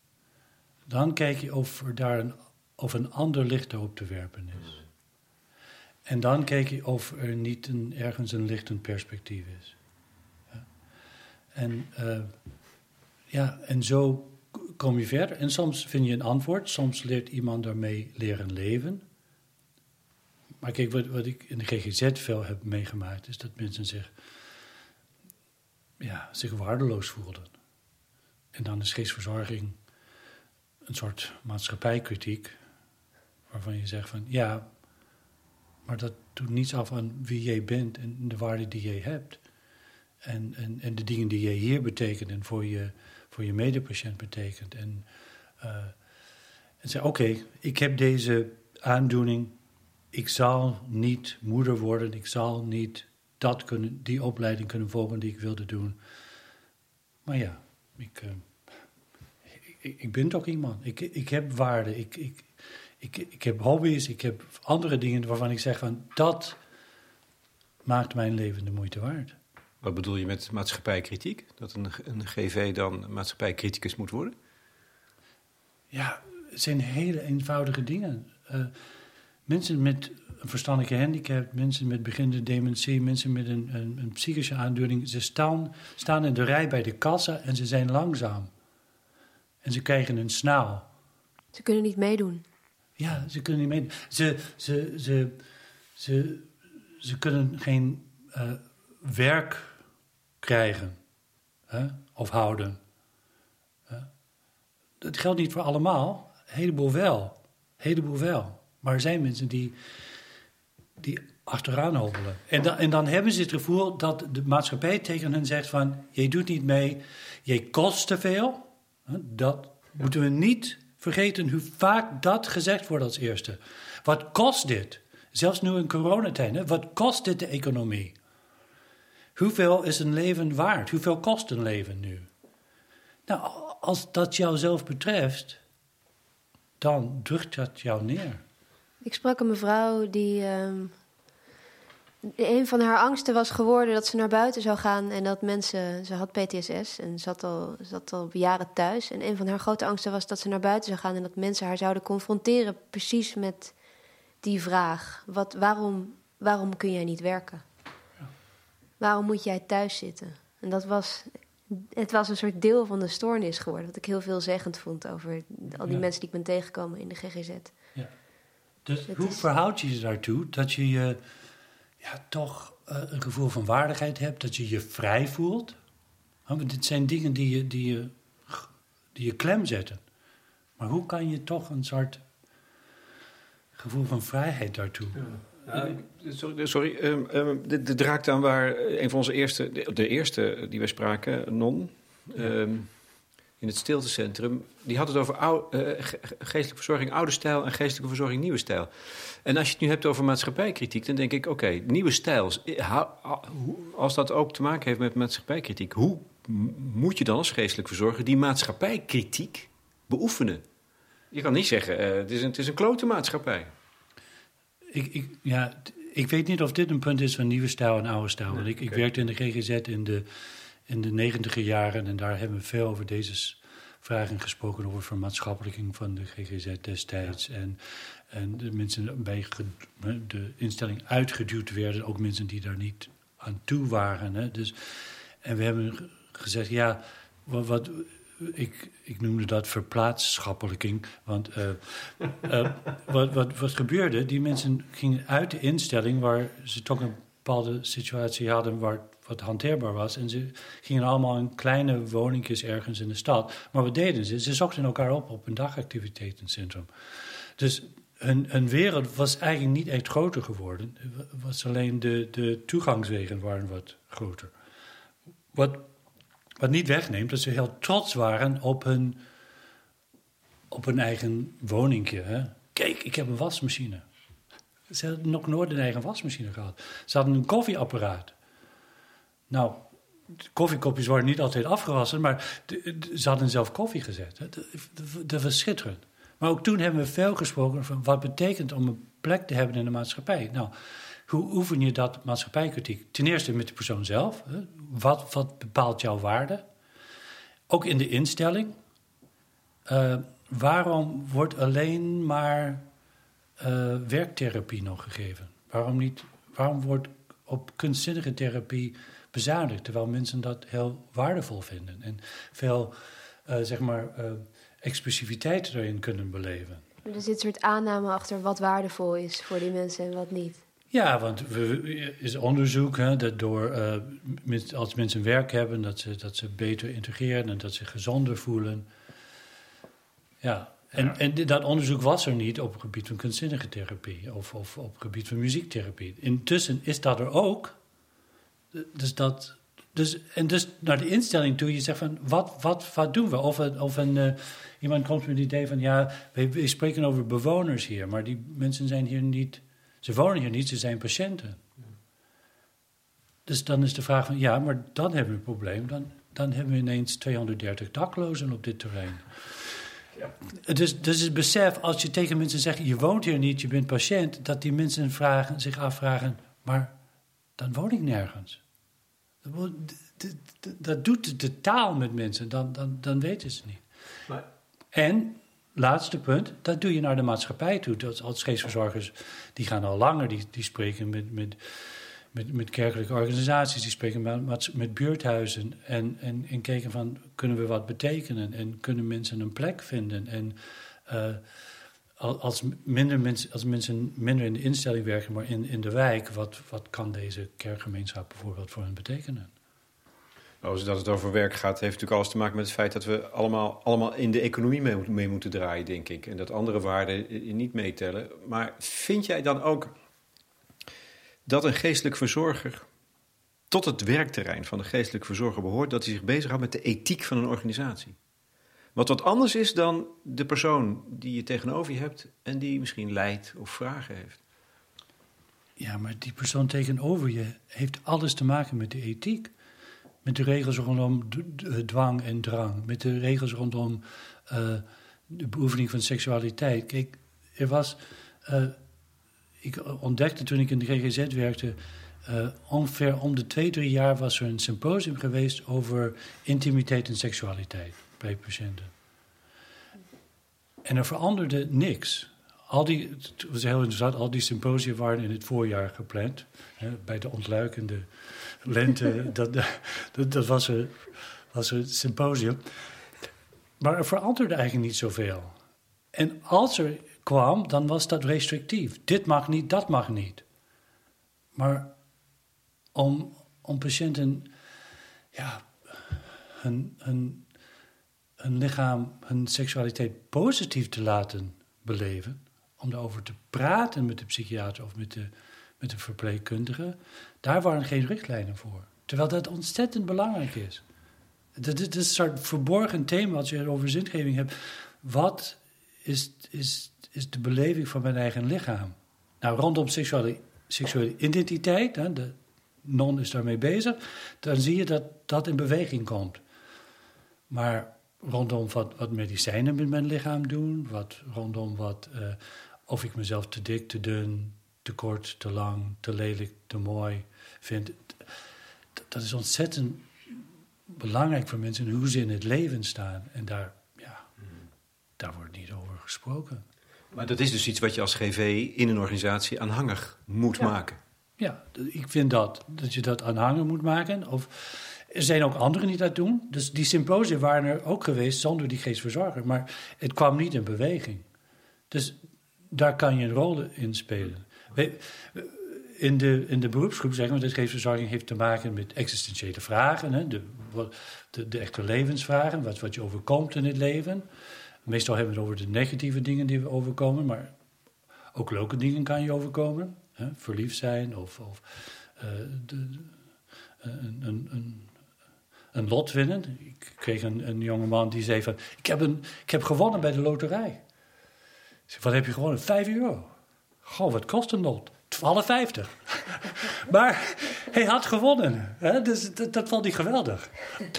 Dan kijk je of er daar een, of een ander licht erop te werpen is. En dan kijk je of er niet een, ergens een lichtend perspectief is. Ja. En, uh, ja, en zo kom je verder. En soms vind je een antwoord. Soms leert iemand daarmee leren leven. Maar kijk, wat, wat ik in de G G Z veel heb meegemaakt, is dat mensen zich, ja, zich waardeloos voelden. En dan is geestverzorging een soort maatschappijkritiek, waarvan je zegt van, ja, maar dat doet niets af aan wie jij bent en de waarde die jij hebt. En, en, en de dingen die jij hier betekent en voor je, voor je medepatiënt betekent. En, uh, en zeg, oké, okay, ik heb deze aandoening. Ik zal niet moeder worden. Ik zal niet dat kunnen, die opleiding kunnen volgen die ik wilde doen. Maar ja, ik, uh, ik, ik ben toch iemand. Ik, ik heb waarde. Ik... ik Ik, ik heb hobby's, ik heb andere dingen waarvan ik zeg van, dat maakt mijn leven de moeite waard. Wat bedoel je met maatschappijkritiek? Dat een, een G V dan maatschappijcriticus moet worden? Ja, het zijn hele eenvoudige dingen. Uh, mensen met een verstandelijke handicap, mensen met beginnende dementie, mensen met een, een, een psychische aandoening, ze staan, staan in de rij bij de kassa en ze zijn langzaam. En ze krijgen een snaal. Ze kunnen niet meedoen. Ja, ze kunnen niet meedoen. Ze, ze, ze, ze, ze kunnen geen uh, werk krijgen hè, of houden. Uh, dat geldt niet voor allemaal, een heleboel wel. Een heleboel wel. Maar er zijn mensen die, die achteraan hobbelen. En, da, en dan hebben ze het gevoel dat de maatschappij tegen hen zegt van... je doet niet mee, je kost te veel. Dat ja. moeten we niet vergeten hoe vaak dat gezegd wordt als eerste. Wat kost dit? Zelfs nu in coronatijd, hè? Wat kost dit de economie? Hoeveel is een leven waard? Hoeveel kost een leven nu? Nou, als dat jou zelf betreft, dan drukt dat jou neer. Ik sprak een mevrouw die... Um, een van haar angsten was geworden dat ze naar buiten zou gaan... en dat mensen... Ze had P T S S en zat al, zat al jaren thuis. En een van haar grote angsten was dat ze naar buiten zou gaan... en dat mensen haar zouden confronteren precies met die vraag. Wat, waarom, waarom kun jij niet werken? Ja. Waarom moet jij thuis zitten? En dat was... Het was een soort deel van de stoornis geworden... wat ik heel veelzeggend vond over al die ja. mensen die ik ben tegengekomen in de G G Z. Ja. Dus het hoe is... verhoud je je daartoe dat je je ja, toch uh, een gevoel van waardigheid hebt... dat je je vrij voelt? Want dit zijn dingen die je, die, je, die je klem zetten. Maar hoe kan je toch een soort gevoel van vrijheid daartoe... Ja. Uh, sorry, sorry um, um, dit, dit raakt aan waar een van onze eerste, de, de eerste die wij spraken, Non, um, in het stiltecentrum, die had het over ou, uh, geestelijke verzorging oude stijl en geestelijke verzorging nieuwe stijl. En als je het nu hebt over maatschappijkritiek, dan denk ik, oké, okay, nieuwe stijl, als dat ook te maken heeft met maatschappijkritiek, hoe moet je dan als geestelijk verzorger die maatschappijkritiek beoefenen? Je kan niet zeggen, uh, het is een, het is een klote maatschappij. Ik, ik, ja, ik weet niet of dit een punt is van nieuwe stijl en oude stijl. Want ik, okay. ik werkte in de G G Z in de, in de negentiger jaren... en daar hebben we veel over deze vragen gesproken... over vermaatschappelijking van de G G Z destijds. Ja. En, en de mensen bij de instelling uitgeduwd werden... ook mensen die daar niet aan toe waren. Hè. Dus, en we hebben gezegd, ja, wat... wat Ik, ik noemde dat verplaatsschappelijking. Want uh, uh, wat, wat, wat gebeurde, die mensen gingen uit de instelling... waar ze toch een bepaalde situatie hadden waar wat hanteerbaar was... en ze gingen allemaal in kleine woningjes ergens in de stad. Maar wat deden ze? Ze zochten elkaar op op een dagactiviteitencentrum. Dus hun, hun wereld was eigenlijk niet echt groter geworden. Het was alleen de, de toegangswegen waren wat groter. Wat... Wat niet wegneemt dat ze heel trots waren op hun, op hun eigen woningje. Hè? Kijk, ik heb een wasmachine. Ze hadden nog nooit een eigen wasmachine gehad. Ze hadden een koffieapparaat. Nou, de koffiekopjes worden niet altijd afgewassen... maar de, de, ze hadden zelf koffie gezet. Hè? Dat, dat was schitterend. Maar ook toen hebben we veel gesproken... van wat betekent om een plek te hebben in de maatschappij. Nou, hoe oefen je dat maatschappijkritiek? Ten eerste met de persoon zelf. Hè? Wat, wat bepaalt jouw waarde? Ook in de instelling. Uh, waarom wordt alleen maar uh, werktherapie nog gegeven? Waarom, niet, waarom wordt op kunstzinnige therapie bezuinigd... terwijl mensen dat heel waardevol vinden... en veel uh, zeg maar, uh, expressiviteit erin kunnen beleven? Er zit een soort aanname achter wat waardevol is voor die mensen en wat niet. Ja, want er is onderzoek hè, dat door, uh, als mensen werk hebben... Dat ze, dat ze beter integreren en dat ze gezonder voelen. Ja, en, ja. en dat onderzoek was er niet op het gebied van kunstzinnige therapie... of, of op het gebied van muziektherapie. Intussen is dat er ook. Dus dat, dus, en dus naar de instelling toe, je zegt van, wat, wat, wat doen we? Of, of een, uh, iemand komt met het idee van, ja, we, we spreken over bewoners hier... maar die mensen zijn hier niet... Ze wonen hier niet, ze zijn patiënten. Ja. Dus dan is de vraag van, ja, maar dan hebben we een probleem. Dan, dan hebben we ineens tweehonderddertig daklozen op dit terrein. Ja. Dus, dus het besef, als je tegen mensen zegt, je woont hier niet, je bent patiënt... dat die mensen vragen, zich afvragen, maar dan woon ik nergens. Dat, dat, dat doet de taal met mensen, dan, dan, dan weten ze niet. Maar... En... Laatste punt, dat doe je naar de maatschappij toe. Dat als geestverzorgers, die gaan al langer, die, die spreken met, met, met, met kerkelijke organisaties, die spreken met, met buurthuizen en, en, en kijken van, kunnen we wat betekenen en kunnen mensen een plek vinden en uh, als, minder mensen, als mensen minder in de instelling werken, maar in, in de wijk, wat, wat kan deze kerkgemeenschap bijvoorbeeld voor hen betekenen? Als dat het over werk gaat, heeft natuurlijk alles te maken met het feit dat we allemaal, allemaal in de economie mee, mee moeten draaien, denk ik. En dat andere waarden niet meetellen. Maar vind jij dan ook dat een geestelijk verzorger tot het werkterrein van de geestelijk verzorger behoort, dat hij zich bezighoudt met de ethiek van een organisatie? Wat wat anders is dan de persoon die je tegenover je hebt en die misschien lijdt of vragen heeft. Ja, maar die persoon tegenover je heeft alles te maken met de ethiek. Met de regels rondom dwang en drang. Met de regels rondom uh, de beoefening van seksualiteit. Kijk, er was... Uh, ik ontdekte toen ik in de G G Z werkte... Uh, ongeveer om de twee, drie jaar was er een symposium geweest over intimiteit en seksualiteit bij patiënten. En er veranderde niks. Al die, het was heel interessant, al die symposia waren in het voorjaar gepland. Hè, bij de ontluikende lente, dat, dat, dat was, een, was een symposium. Maar er veranderde eigenlijk niet zoveel. En als er kwam, dan was dat restrictief. Dit mag niet, dat mag niet. Maar om, om patiënten ja, hun, hun, hun lichaam, hun seksualiteit positief te laten beleven, om daarover te praten met de psychiater of met de, met de verpleegkundige, daar waren geen richtlijnen voor. Terwijl dat ontzettend belangrijk is. Dat is, dat is een soort verborgen thema als je het over zingeving hebt. Wat is, is, is de beleving van mijn eigen lichaam? Nou, rondom seksuele, seksuele identiteit, hè, de non is daarmee bezig, dan zie je dat dat in beweging komt. Maar rondom wat, wat medicijnen met mijn lichaam doen, wat, rondom wat, uh, of ik mezelf te dik, te dun, te kort, te lang, te lelijk, te mooi vind. Dat is ontzettend belangrijk voor mensen hoe ze in het leven staan. En daar, ja, daar wordt niet over gesproken. Maar dat is dus iets wat je als G V in een organisatie aanhangig moet ja. maken. Ja, ik vind dat, dat je dat aanhangig moet maken. Of, er zijn ook anderen die dat doen. Dus die symposia waren er ook geweest zonder die geestverzorger. Maar het kwam niet in beweging. Dus daar kan je een rol in spelen. In de, in de beroepsgroep zeggen we dat geestverzorging heeft te maken met existentiële vragen. Hè? De, de, de echte levensvragen, wat, wat je overkomt in het leven. Meestal hebben we het over de negatieve dingen die we overkomen. Maar ook leuke dingen kan je overkomen. Hè? Verliefd zijn of, of uh, de, de, een, een, een, een lot winnen. Ik kreeg een, een jongeman die zei van, ik heb, een, ik heb gewonnen bij de loterij. Ik zei, wat heb je gewonnen? Vijf euro. Goh, wat kost een lot? twaalf vijftig. Maar hij had gewonnen. Hè? Dus dat, dat vond hij geweldig.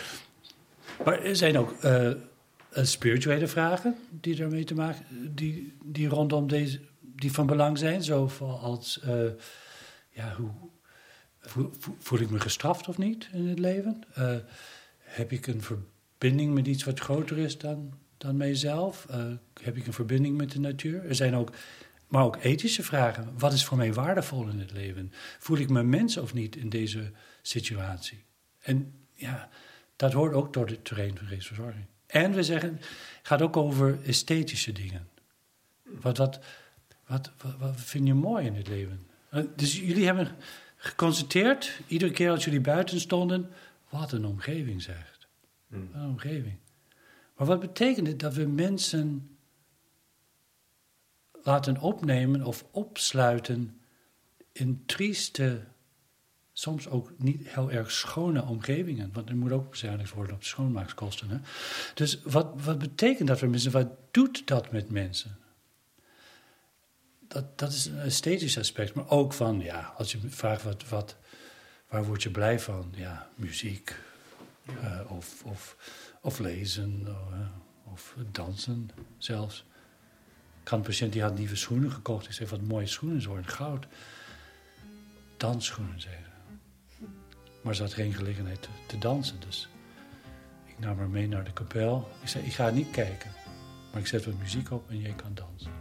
Maar er zijn ook uh, spirituele vragen die daarmee te maken, die, die rondom deze, die van belang zijn. Zoals, uh, ja, hoe voel, voel ik me gestraft of niet in het leven? Uh, heb ik een verbinding met iets wat groter is dan, dan mijzelf? Uh, heb ik een verbinding met de natuur? Er zijn ook Maar ook ethische vragen. Wat is voor mij waardevol in het leven? Voel ik me mens of niet in deze situatie? En ja, dat hoort ook door het terrein van geestverzorging. En we zeggen, het gaat ook over esthetische dingen. Wat, wat, wat, wat, wat vind je mooi in het leven? Dus jullie hebben geconstateerd, iedere keer als jullie buiten stonden, wat een omgeving zegt. Hmm. Wat een omgeving. Maar wat betekent het dat we mensen laten opnemen of opsluiten in trieste, soms ook niet heel erg schone omgevingen. Want er moet ook bezuinigd worden op schoonmaakskosten. Hè? Dus wat, wat betekent dat voor mensen? Wat doet dat met mensen? Dat, dat is een esthetisch aspect. Maar ook van, ja, als je vraagt wat, wat, waar word je blij van? Ja, muziek. Uh, of, of, of lezen. Uh, of dansen zelfs. Ik had een patiënt die had nieuwe schoenen gekocht. Ik zei, wat mooie schoenen, zo in goud. Dansschoenen, zei ze. Maar ze had geen gelegenheid te, te dansen, dus ik nam haar mee naar de kapel. Ik zei, ik ga niet kijken, maar ik zet wat muziek op en jij kan dansen.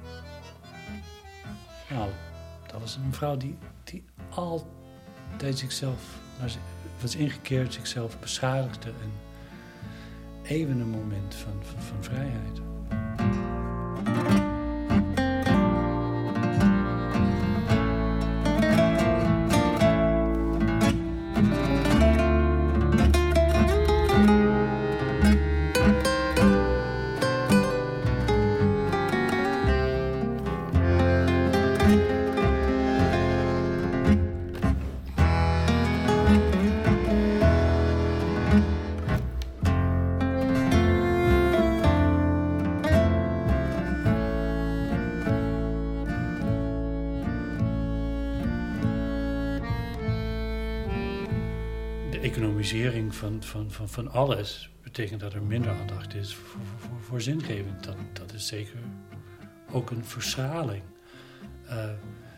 Nou, dat was een vrouw die, die altijd zichzelf, naar zich, was ingekeerd, zichzelf beschadigde. En even een moment van, van, van vrijheid. economisering van, van, van, van alles betekent dat er minder aandacht is voor, voor, voor zingeving. Dat, dat is zeker ook een verschraling. Uh,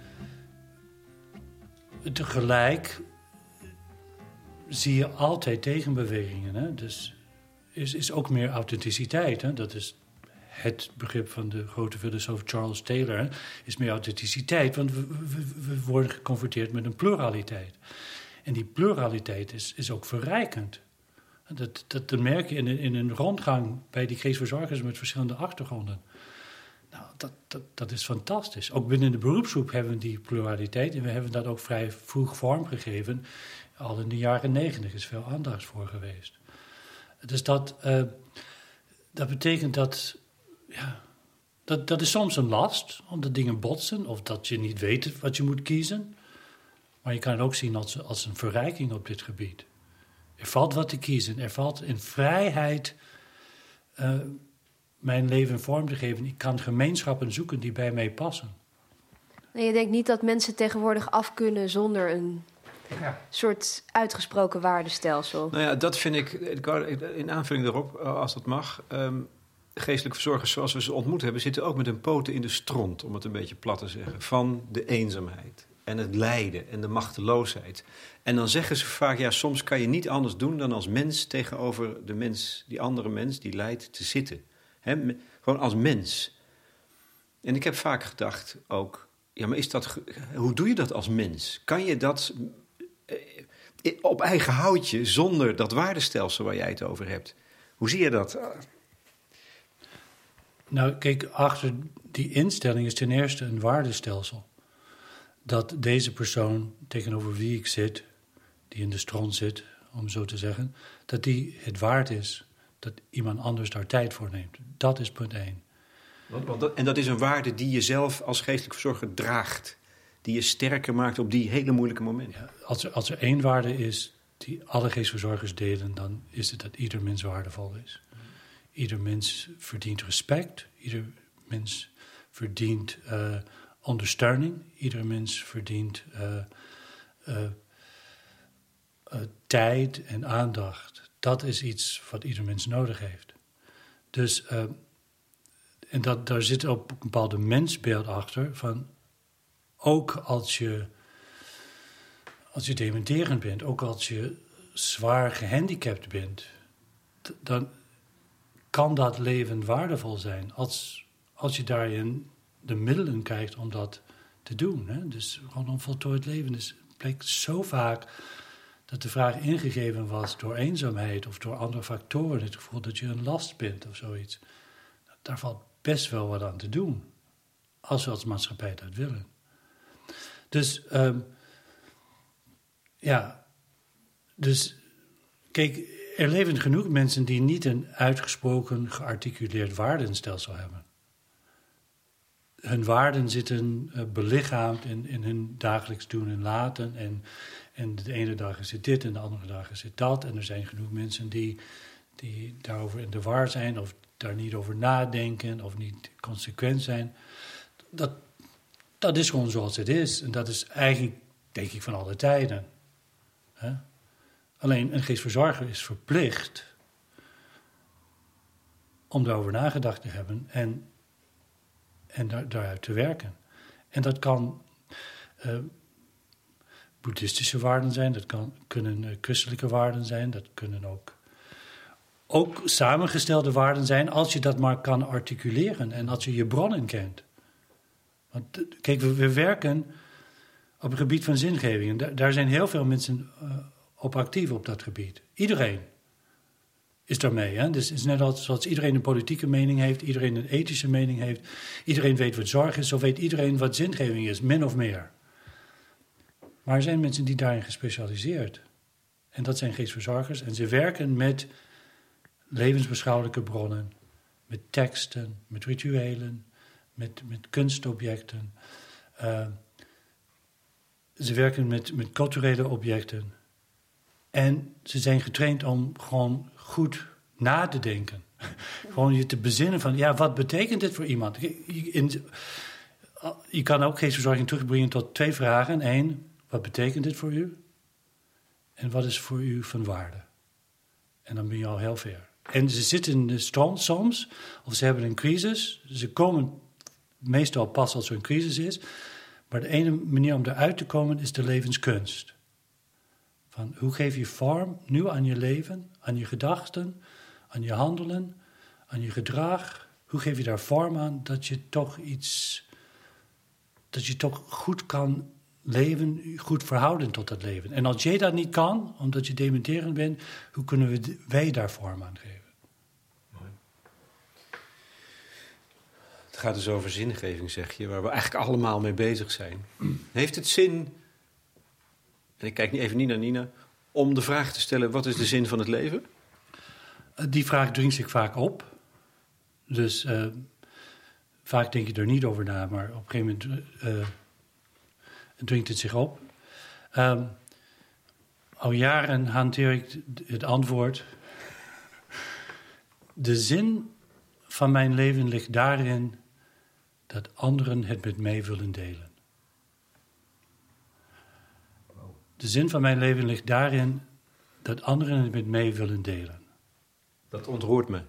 tegelijk zie je altijd tegenbewegingen. Hè? Dus is, is ook meer authenticiteit. Hè? Dat is het begrip van de grote filosoof Charles Taylor. Hè? Is meer authenticiteit, want we, we, we worden geconfronteerd met een pluraliteit. En die pluraliteit is, is ook verrijkend. Dat, dat, dat merk je in, in een rondgang bij die geestverzorgers met verschillende achtergronden. Nou, dat, dat, dat is fantastisch. Ook binnen de beroepsgroep hebben we die pluraliteit. En we hebben dat ook vrij vroeg vormgegeven. Al in de jaren negentig is veel aandacht voor geweest. Dus dat, uh, dat betekent dat, ja, dat... Dat is soms een last, omdat dingen botsen. Of dat je niet weet wat je moet kiezen. Maar je kan het ook zien als, als een verrijking op dit gebied. Er valt wat te kiezen. Er valt in vrijheid uh, mijn leven vorm te geven. Ik kan gemeenschappen zoeken die bij mij passen. Nee, je denkt niet dat mensen tegenwoordig af kunnen zonder een ja. soort uitgesproken waardestelsel. Nou ja, dat vind ik, in aanvulling daarop, als dat mag... Um, geestelijke verzorgers zoals we ze ontmoet hebben... zitten ook met hun poten in de stront, om het een beetje plat te zeggen... van de eenzaamheid. En het lijden en de machteloosheid. En dan zeggen ze vaak, ja, soms kan je niet anders doen dan als mens tegenover de mens, die andere mens die lijdt, te zitten. He, gewoon als mens. En ik heb vaak gedacht ook, ja, maar is dat, hoe doe je dat als mens? Kan je dat eh, op eigen houtje zonder dat waardestelsel waar jij het over hebt? Hoe zie je dat? Nou, kijk, achter die instelling is ten eerste een waardestelsel. Dat deze persoon tegenover wie ik zit, die in de stront zit, om zo te zeggen, dat die het waard is dat iemand anders daar tijd voor neemt. Dat is punt één. Want, want dat, en dat is een waarde die je zelf als geestelijk verzorger draagt. Die je sterker maakt op die hele moeilijke momenten. Ja, als, er, als er één waarde is die alle geestverzorgers delen, dan is het dat ieder mens waardevol is. Ieder mens verdient respect. Ieder mens verdient uh, ondersteuning. Ieder mens verdient uh, uh, uh, tijd en aandacht. Dat is iets wat ieder mens nodig heeft. Dus, uh, en dat, daar zit ook een bepaalde mensbeeld achter. Van, ook als je, als je dementerend bent, ook als je zwaar gehandicapt bent, t- dan kan dat leven waardevol zijn. Als, als je daarin de middelen krijgt om dat te doen. Hè? Dus gewoon een voltooid leven. Dus het bleek zo vaak dat de vraag ingegeven was door eenzaamheid of door andere factoren. Het gevoel dat je een last bent of zoiets. Daar valt best wel wat aan te doen. Als we als maatschappij dat willen. Dus, um, ja. Dus, kijk, er leven genoeg mensen die niet een uitgesproken gearticuleerd waardenstelsel hebben. Hun waarden zitten uh, belichaamd in, in hun dagelijks doen en laten. En, en de ene dag is het dit en de andere dag is het dat. En er zijn genoeg mensen die, die daarover in de war zijn of daar niet over nadenken of niet consequent zijn. Dat, dat is gewoon zoals het is. En dat is eigenlijk, denk ik, van alle tijden. Hè? Alleen een geestverzorger is verplicht om daarover nagedacht te hebben en, en daar, daaruit te werken. En dat kan uh, boeddhistische waarden zijn, dat kan, kunnen uh, christelijke waarden zijn, dat kunnen ook, ook samengestelde waarden zijn als je dat maar kan articuleren en als je je bronnen kent. Want kijk, we, we werken op het gebied van zingeving en daar, daar zijn heel veel mensen uh, op actief op dat gebied. Iedereen is daarmee. Hè? Dus het is net als zoals iedereen een politieke mening heeft, iedereen een ethische mening heeft, iedereen weet wat zorg is, zo weet iedereen wat zingeving is, min of meer. Maar er zijn mensen die daarin gespecialiseerd. En dat zijn geestverzorgers. En ze werken met levensbeschouwelijke bronnen, met teksten, met rituelen, met, met kunstobjecten. Uh, ze werken met, met culturele objecten. En ze zijn getraind om gewoon goed na te denken. Gewoon je te bezinnen van, ja, wat betekent dit voor iemand? In, je kan ook geestverzorging terugbrengen tot twee vragen. Eén, wat betekent dit voor u? En wat is voor u van waarde? En dan ben je al heel ver. En ze zitten in de strand soms, of ze hebben een crisis. Ze komen meestal pas als er een crisis is. Maar de ene manier om eruit te komen is de levenskunst. Van hoe geef je vorm nu aan je leven, aan je gedachten, aan je handelen, aan je gedrag? Hoe geef je daar vorm aan dat je toch iets, dat je toch goed kan leven, goed verhouden tot dat leven? En als jij dat niet kan, omdat je dementerend bent, hoe kunnen we, wij daar vorm aan geven? Het gaat dus over zingeving, zeg je, waar we eigenlijk allemaal mee bezig zijn. Heeft het zin, en ik kijk even niet naar Nina, om de vraag te stellen, wat is de zin van het leven? Die vraag dringt zich vaak op. Dus uh, vaak denk je er niet over na, maar op een gegeven moment uh, dringt het zich op. Um, al jaren hanteer ik het antwoord. De zin van mijn leven ligt daarin dat anderen het met mij willen delen. De zin van mijn leven ligt daarin dat anderen het met mij willen delen. Dat ontroert me.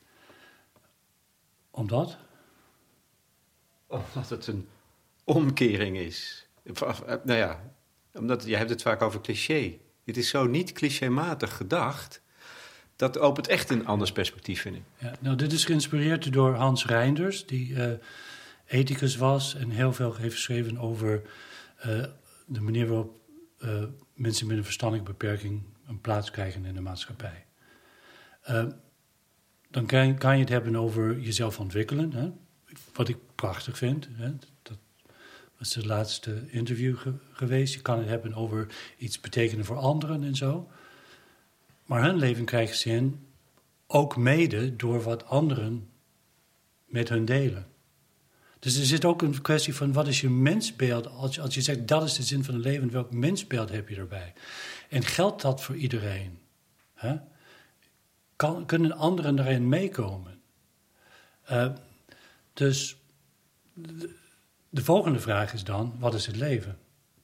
Omdat? Omdat het een omkering is. Nou ja, omdat jij hebt het vaak over cliché. Het is zo niet clichématig gedacht. Dat opent echt een anders perspectief, vind ik. Ja, nou, dit is geïnspireerd door Hans Reinders, die uh, ethicus was en heel veel heeft geschreven over uh, de manier waarop uh, mensen met een verstandelijke beperking een plaats krijgen in de maatschappij. Uh, dan kan, kan je het hebben over jezelf ontwikkelen, hè? Wat ik prachtig vind. Hè? Dat was het laatste interview ge- geweest. Je kan het hebben over iets betekenen voor anderen en zo. Maar hun leven krijgt zin ook mede door wat anderen met hun delen. Dus er zit ook een kwestie van wat is je mensbeeld? Als je, als je zegt dat is de zin van het leven, welk mensbeeld heb je erbij? En geldt dat voor iedereen? Hè? Kan, kunnen anderen daarin meekomen? Uh, dus de, de volgende vraag is dan, wat is het leven?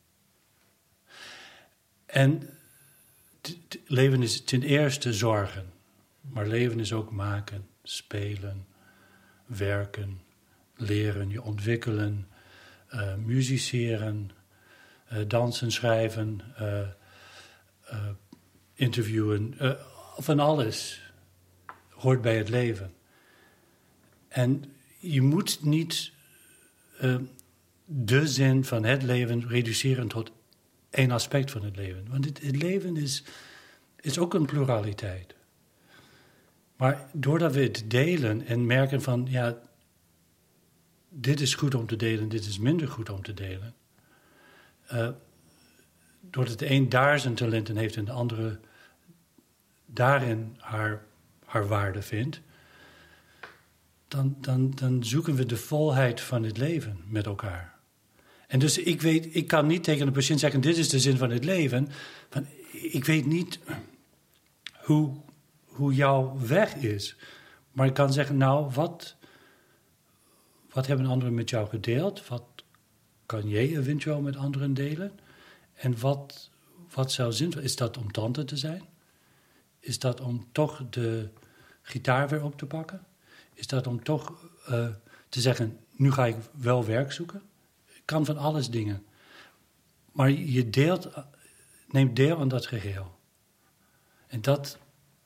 En t, t, leven is ten eerste zorgen. Maar leven is ook maken, spelen, werken, leren, je ontwikkelen, uh, musiceren, uh, dansen, schrijven, uh, uh, interviewen. Uh, van alles hoort bij het leven. En je moet niet uh, de zin van het leven reduceren tot één aspect van het leven. Want het, het leven is, is ook een pluraliteit. Maar doordat we het delen en merken van, ja, dit is goed om te delen, dit is minder goed om te delen. Uh, doordat de een daar zijn talenten heeft en de andere daarin haar, haar waarde vindt, dan, dan, dan zoeken we de volheid van het leven met elkaar. En dus ik weet, ik kan niet tegen een patiënt zeggen, dit is de zin van het leven. Van, ik weet niet hoe, hoe jouw weg is. Maar ik kan zeggen, nou, wat, wat hebben anderen met jou gedeeld? Wat kan jij eventueel met anderen delen? En wat, wat zou zinvol? Is dat om tante te zijn? Is dat om toch de gitaar weer op te pakken? Is dat om toch uh, te zeggen, nu ga ik wel werk zoeken? Ik kan van alles dingen. Maar je deelt, neemt deel aan dat geheel. En dat,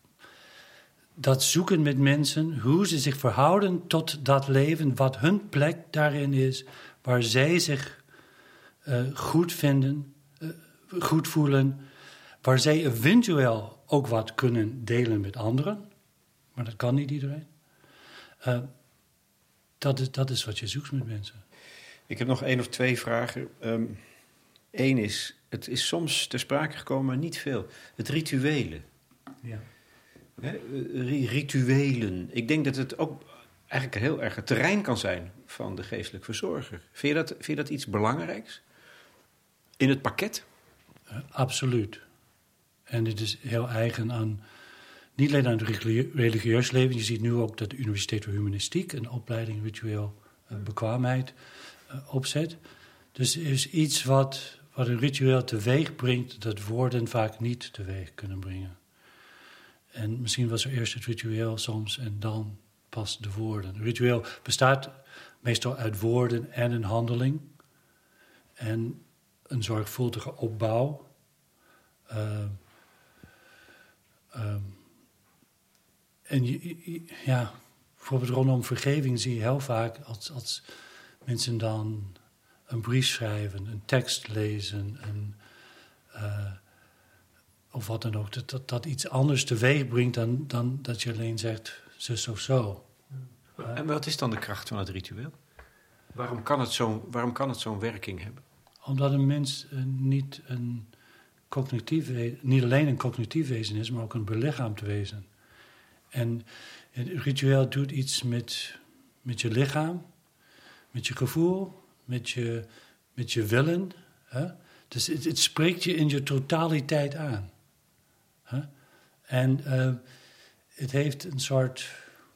dat zoeken met mensen, hoe ze zich verhouden tot dat leven, wat hun plek daarin is, waar zij zich uh, goed vinden, uh, goed voelen, waar zij eventueel ook wat kunnen delen met anderen. Maar dat kan niet iedereen. Uh, dat, is, dat is wat je zoekt met mensen. Ik heb nog één of twee vragen. Eén um, is, het is soms ter sprake gekomen, maar niet veel. Het rituele. Ja. He, rituelen. Ik denk dat het ook eigenlijk heel erg het terrein kan zijn van de geestelijk verzorger. Vind je dat, vind je dat iets belangrijks? In het pakket? Uh, absoluut. En dit is heel eigen aan, niet alleen aan het religieus leven. Je ziet nu ook dat de Universiteit voor Humanistiek een opleiding ritueel uh, bekwaamheid uh, opzet. Dus er is iets wat, wat een ritueel teweeg brengt, dat woorden vaak niet teweeg kunnen brengen. En misschien was er eerst het ritueel soms en dan pas de woorden. Een ritueel bestaat meestal uit woorden en een handeling. En een zorgvuldige opbouw. Uh, um, en je, je, ja, bijvoorbeeld rondom vergeving zie je heel vaak als, als mensen dan een brief schrijven, een tekst lezen, een, uh, of wat dan ook, dat, dat dat iets anders teweeg brengt dan, dan dat je alleen zegt zus of zo. Uh, en wat is dan de kracht van het ritueel? Waarom kan het zo'n, waarom kan het zo'n werking hebben? Omdat een mens uh, niet, een cognitief we- niet alleen een cognitief wezen is, maar ook een belichaamd wezen. En het ritueel doet iets met, met je lichaam, met je gevoel, met je, met je willen. Hè? Dus het, het spreekt je in je totaliteit aan. Hè? En uh, het heeft een soort,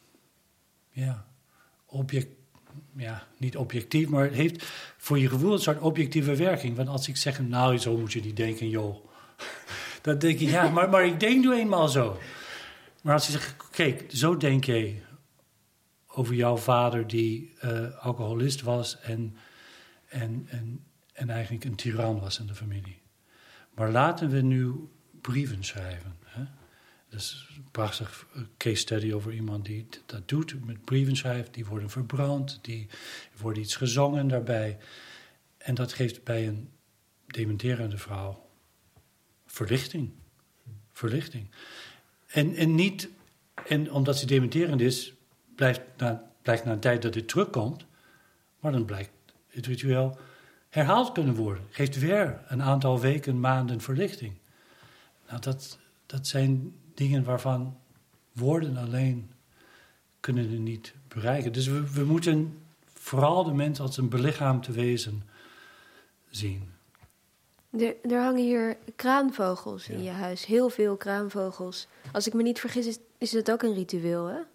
ja, object, ja, niet objectief, maar het heeft voor je gevoel een soort objectieve werking. Want als ik zeg, nou, zo moet je niet denken, joh. Dan denk je, ja, maar, maar ik denk nu eenmaal zo. Maar als je zegt, kijk, zo denk jij over jouw vader die uh, alcoholist was en, en, en, en eigenlijk een tiran was in de familie. Maar laten we nu brieven schrijven. Hè? Dat is een prachtig case study over iemand die dat doet, met brieven schrijft. Die worden verbrand, die wordt iets gezongen daarbij. En dat geeft bij een dementerende vrouw verlichting. Verlichting. En, en niet, en omdat ze dementerend is, blijft na, blijkt na een tijd dat dit terugkomt, maar dan blijkt het ritueel herhaald kunnen worden. Geeft weer een aantal weken, maanden verlichting. Nou, dat, dat zijn dingen waarvan woorden alleen kunnen er niet bereiken. Dus we, we moeten vooral de mens als een belichaamd wezen zien. Er, er hangen hier kraanvogels in Ja. je huis. Heel veel kraanvogels. Als ik me niet vergis, is, is het ook een ritueel, hè?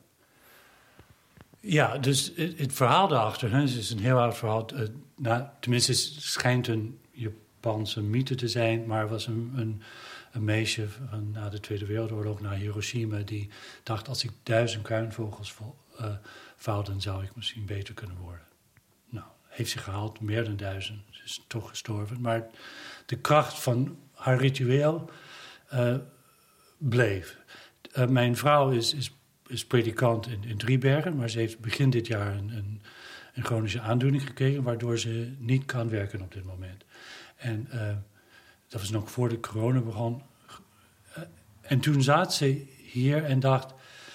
Ja, dus het, het verhaal daarachter, hè, het is een heel oud verhaal. Uh, nou, tenminste, het schijnt een Japanse mythe te zijn, maar er was een, een, een meisje van na de Tweede Wereldoorlog naar Hiroshima die dacht, als ik duizend kraanvogels vo, uh, vouw, dan zou ik misschien beter kunnen worden. Nou, heeft ze gehaald, meer dan duizend. Ze is toch gestorven. Maar de kracht van haar ritueel uh, bleef. Uh, mijn vrouw is, is, is predikant in, in Driebergen, maar ze heeft begin dit jaar een, een, een chronische aandoening gekregen, waardoor ze niet kan werken op dit moment. En uh, dat was nog voor de corona begon. Uh, en toen zat ze hier en dacht,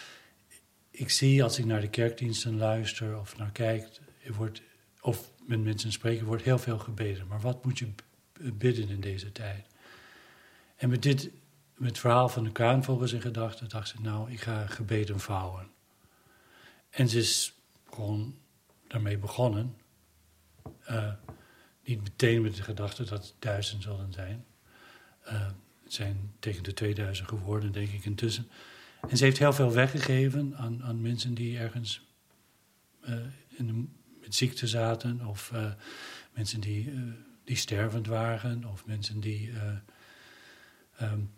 ik zie als ik naar de kerkdiensten luister of naar kijk, er wordt, of met mensen spreken, wordt heel veel gebeden. Maar wat moet je bidden in deze tijd? En met dit, met het verhaal van de kraanvogels in gedachten, dacht ze, nou, ik ga gebeden vouwen. En ze is gewoon daarmee begonnen. Uh, niet meteen met de gedachte dat het duizend zullen zijn. Uh, het zijn tegen de tweeduizend geworden, denk ik, intussen. En ze heeft heel veel weggegeven aan, aan mensen die ergens uh, in de, met ziekte zaten, of uh, mensen die, uh, die stervend waren, of mensen die, uh, um,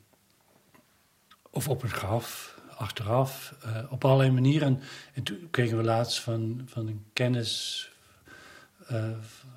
of op een graf, achteraf, uh, op allerlei manieren. En toen kregen we laatst van, van een kennis uh,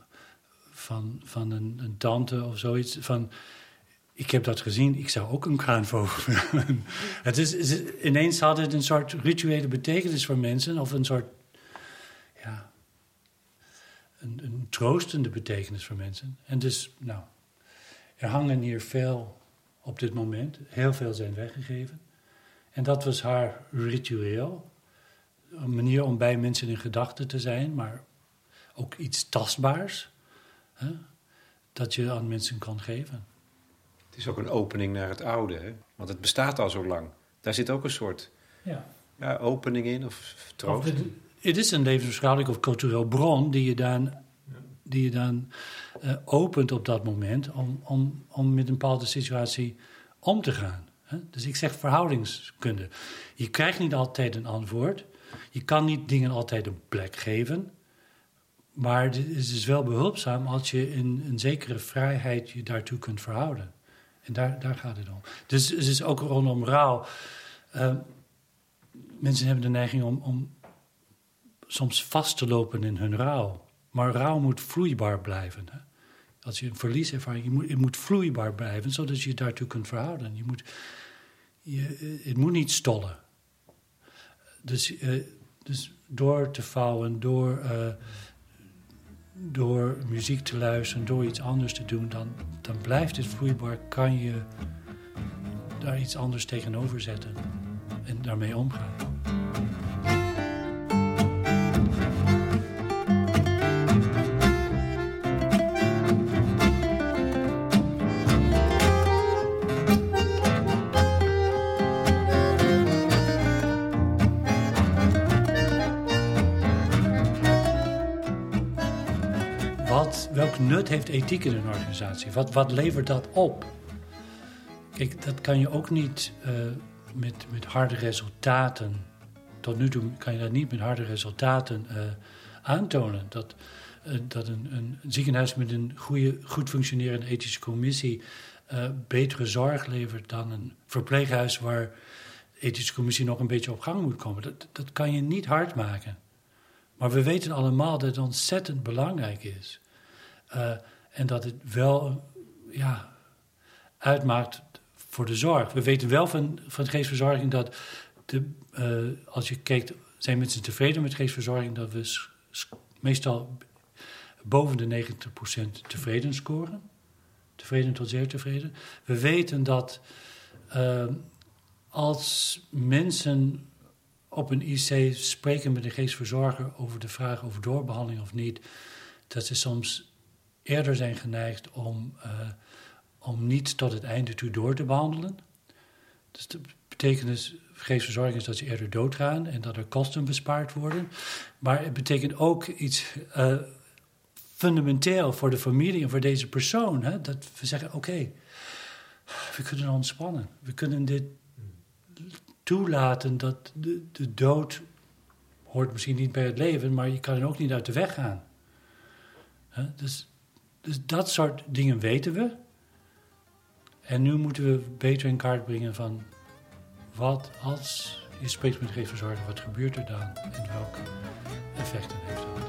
van, van een, een tante of zoiets, van, ik heb dat gezien, ik zou ook een kraanvogel willen. Het is, is, ineens had het een soort rituele betekenis voor mensen, of een soort, ja, een, een troostende betekenis voor mensen. En dus, nou, er hangen hier veel op dit moment, heel veel zijn weggegeven. En dat was haar ritueel, een manier om bij mensen in gedachten te zijn, maar ook iets tastbaars, hè, dat je aan mensen kan geven. Het is ook een opening naar het oude, hè? Want het bestaat al zo lang. Daar zit ook een soort Ja. ja, opening in of troost. Of het, het is een levensbeschouwelijk of cultureel bron die je dan, die je dan uh, opent op dat moment om, om, om met een bepaalde situatie om te gaan. Hè? Dus ik zeg verhoudingskunde. Je krijgt niet altijd een antwoord. Je kan niet dingen altijd een plek geven. maar het is dus wel behulpzaam als je in een zekere vrijheid je daartoe kunt verhouden. En daar, daar gaat het om. Dus het is ook rondom rouw. Uh, mensen hebben de neiging om, om soms vast te lopen in hun rouw. Maar rouw moet vloeibaar blijven. Hè? Als je een verlies ervaart, je moet, het moet vloeibaar blijven, zodat je je daartoe kunt verhouden. Je moet, je, het moet niet stollen. Dus, uh, dus door te vouwen, door, uh, door muziek te luisteren, door iets anders te doen, dan, dan blijft het vloeibaar. Kan je daar iets anders tegenover zetten en daarmee omgaan. Welk nut heeft ethiek in een organisatie? Wat, wat levert dat op? Kijk, dat kan je ook niet uh, met, met harde resultaten... Tot nu toe kan je dat niet met harde resultaten uh, aantonen. Dat, uh, dat een, een ziekenhuis met een goede, goed functionerende ethische commissie... Uh, betere zorg levert dan een verpleeghuis... waar de ethische commissie nog een beetje op gang moet komen. Dat, dat kan je niet hard maken. Maar we weten allemaal dat het ontzettend belangrijk is... Uh, en dat het wel ja, uitmaakt voor de zorg. We weten wel van, van geestverzorging dat... De, uh, als je kijkt, zijn mensen tevreden met geestverzorging... dat we s- s- meestal boven de negentig procent tevreden scoren. Tevreden tot zeer tevreden. We weten dat uh, als mensen op een I C spreken met een geestverzorger... over de vraag over doorbehandeling of niet... dat ze soms... eerder zijn geneigd om, uh, om niet tot het einde toe door te behandelen. Dus de betekenis van geestverzorging is dat ze eerder doodgaan... en dat er kosten bespaard worden. Maar het betekent ook iets uh, fundamenteel voor de familie en voor deze persoon. Hè? Dat we zeggen, oké, okay, we kunnen ontspannen. We kunnen dit toelaten dat de, de dood... hoort misschien niet bij het leven, maar je kan er ook niet uit de weg gaan. Hè? Dus... Dus dat soort dingen weten we. En nu moeten we beter in kaart brengen van... wat als je spreekt met de geestverzorger, wat gebeurt er dan? En welke effecten heeft dat?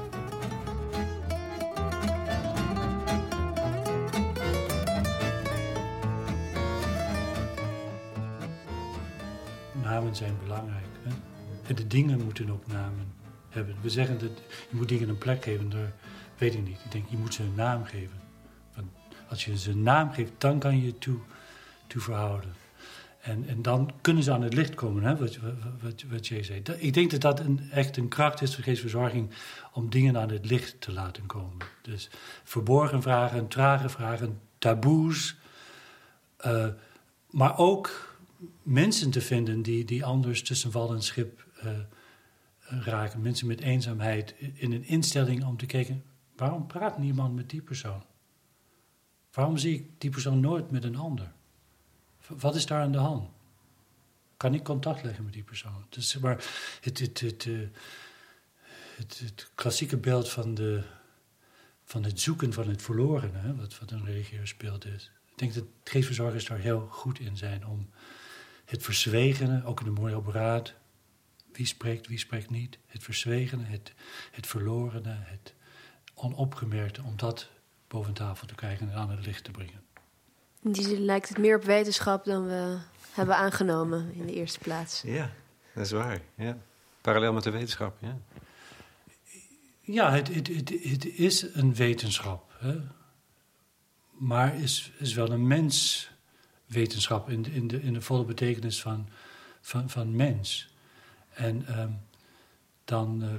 Namen zijn belangrijk. Hè? En de dingen moeten ook namen hebben. We zeggen dat je moet dingen een plek geven... Daar weet ik niet. Ik denk, je moet ze een naam geven. Want als je ze een naam geeft, dan kan je je toe, toe verhouden. En, en dan kunnen ze aan het licht komen, hè, wat, wat, wat jij zei. Ik denk dat dat een, echt een kracht is van geestverzorging... om dingen aan het licht te laten komen. Dus verborgen vragen, trage vragen, taboes. Uh, maar ook mensen te vinden die, die anders tussen wal en schip uh, raken. Mensen met eenzaamheid in een instelling om te kijken... waarom praat niemand met die persoon? Waarom zie ik die persoon nooit met een ander? Wat is daar aan de hand? Kan ik contact leggen met die persoon? Dus, maar het, het, het, het, het klassieke beeld van, de, van het zoeken van het verlorene... Hè, wat, wat een religieus beeld is. Ik denk dat geestverzorgers daar heel goed in zijn... om het verzwegene, ook in de moreel beraad... wie spreekt, wie spreekt niet... het verzwegene, het, het verlorene... het onopgemerkte, om dat boven tafel te krijgen en aan het licht te brengen. In die zin lijkt het meer op wetenschap dan we hebben aangenomen in de eerste plaats. Ja, dat is waar. Ja. Parallel met de wetenschap, ja. Ja, het, het, het, het is een wetenschap. Hè? Maar is, is wel een menswetenschap in de, in de, in de volle betekenis van, van, van mens. En um, dan... Uh,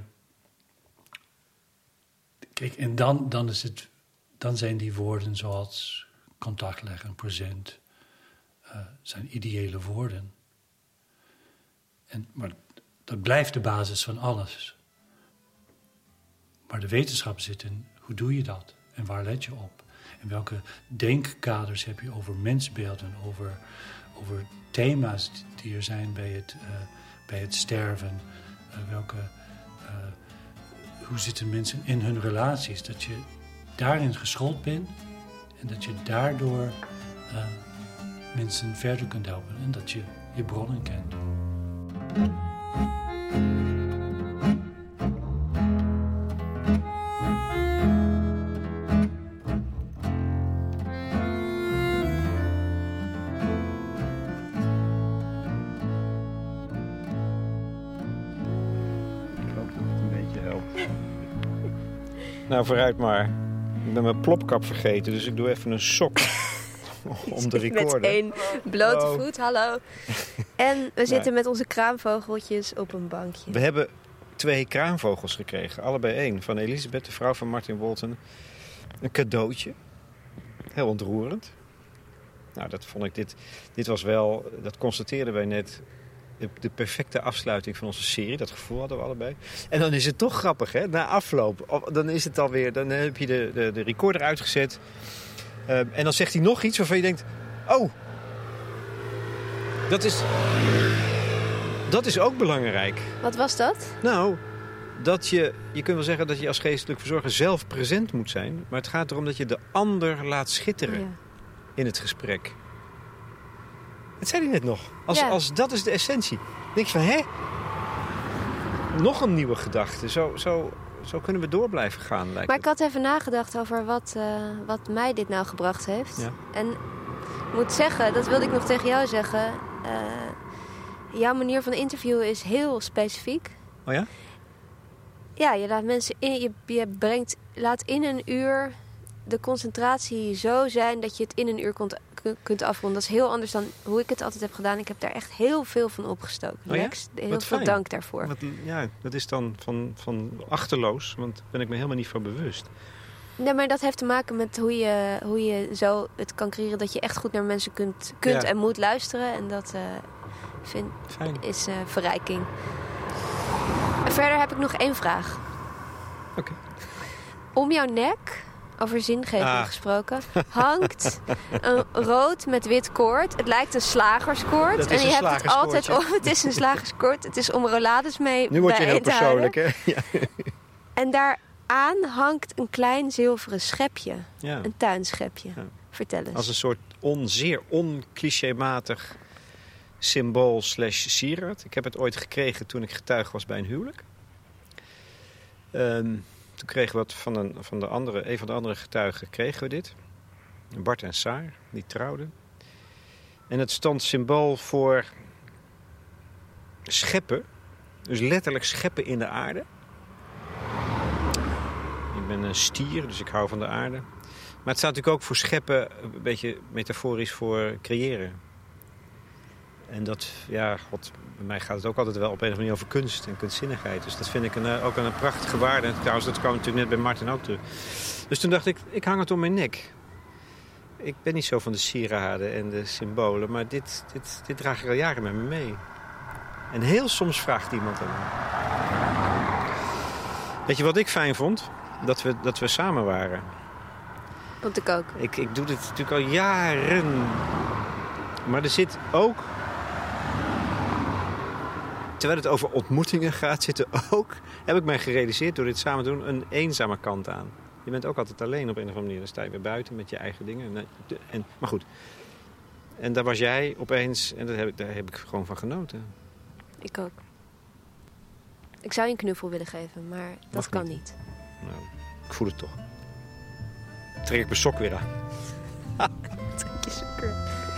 Kijk, en dan, dan, is het, dan zijn die woorden zoals contact leggen, present, uh, zijn ideële woorden. En, maar dat blijft de basis van alles. Maar de wetenschap zit in, hoe doe je dat? En waar let je op? En welke denkkaders heb je over mensbeelden, over, over thema's die er zijn bij het, uh, bij het sterven? Uh, welke... Uh, hoe zitten mensen in hun relaties. Dat je daarin geschoold bent en dat je daardoor uh, mensen verder kunt helpen. En dat je je bronnen kent. Nou, vooruit maar. Ik ben mijn plopkap vergeten, dus ik doe even een sok om te recorden. Met één blote oh. voet, hallo. En we zitten nee. met onze kraanvogeltjes op een bankje. We hebben twee kraanvogels gekregen, allebei één. Van Elisabeth, de vrouw van Martin Walton. Een cadeautje. Heel ontroerend. Nou, dat vond ik dit... Dit was wel, dat constateerden wij net... De, de perfecte afsluiting van onze serie. Dat gevoel hadden we allebei. En dan is het toch grappig, hè? Na afloop. Dan is het alweer... Dan heb je de, de, de recorder uitgezet. Uh, en dan zegt hij nog iets waarvan je denkt... Oh! Dat is... Dat is ook belangrijk. Wat was dat? Nou, dat je... Je kunt wel zeggen dat je als geestelijk verzorger zelf present moet zijn. Maar het gaat erom dat je de ander laat schitteren. Ja. In het gesprek. Dat zei hij net nog. Als, ja. als dat is de essentie. Dan denk je van, hè? Nog een nieuwe gedachte. Zo, zo, zo kunnen we door blijven gaan, lijkt Maar het. ik had even nagedacht over wat, uh, wat mij dit nou gebracht heeft. Ja. En ik moet zeggen, dat wilde ik nog tegen jou zeggen. Uh, jouw manier van interviewen is heel specifiek. Oh ja? Ja, je laat mensen in, je, je brengt, laat in een uur de concentratie zo zijn dat je het in een uur kunt, kunt afronden. Dat is heel anders dan hoe ik het altijd heb gedaan. Ik heb daar echt heel veel van opgestoken. Oh ja? Lex, heel Wat veel fijn. dank daarvoor. Wat, ja, dat is dan van, van achterloos, want daar ben ik me helemaal niet van bewust. Nee, maar dat heeft te maken met hoe je, hoe je zo het kan creëren dat je echt goed naar mensen kunt, kunt Ja. en moet luisteren. En dat uh, vind, is uh, verrijking. En verder heb ik nog één vraag. Oké. Okay. Om jouw nek, over zingeving ah. gesproken, hangt een rood met wit koord. Het lijkt een slagerskoord. Dat is en je een hebt het altijd om. Het is een slagerskoord. Het is om rollades mee Nu word je heel te persoonlijk, houden. hè? Ja. En daaraan hangt een klein zilveren schepje. Ja. Een tuinschepje. Ja. Vertel eens. Als een soort on, zeer onclichématig symbool slash sieraad. Ik heb het ooit gekregen toen ik getuige was bij een huwelijk. Um, toen kregen we het van, een, van de andere, een van de andere getuigen kregen we dit. Bart en Saar, die trouwden. En het stond symbool voor scheppen. Dus letterlijk scheppen in de aarde. Ik ben een stier, dus ik hou van de aarde. Maar het staat natuurlijk ook voor scheppen, een beetje metaforisch voor creëren. En dat, ja, god, bij mij gaat het ook altijd wel op een of andere manier over kunst en kunstzinnigheid. Dus dat vind ik een, ook een prachtige waarde. En trouwens, dat kwam natuurlijk net bij Martin ook terug. Dus toen dacht ik, ik hang het om mijn nek. Ik ben niet zo van de sieraden en de symbolen, maar dit, dit, dit draag ik al jaren met me mee. En heel soms vraagt iemand aan me. Weet je wat ik fijn vond? Dat we, dat we samen waren. Vond ik ook. Ik, ik doe dit natuurlijk al jaren. Maar er zit ook... Terwijl het over ontmoetingen gaat, zit er ook... Heb ik mij gerealiseerd door dit samen te doen, een eenzame kant aan. Je bent ook altijd alleen op een of andere manier. Dan sta je weer buiten met je eigen dingen. En, en, maar goed. En daar was jij opeens... En daar heb, ik, daar heb ik gewoon van genoten. Ik ook. Ik zou je een knuffel willen geven, maar dat Mag kan niet. niet. Nou, ik voel het toch. Trek ik mijn sok weer aan. Trek je sokken.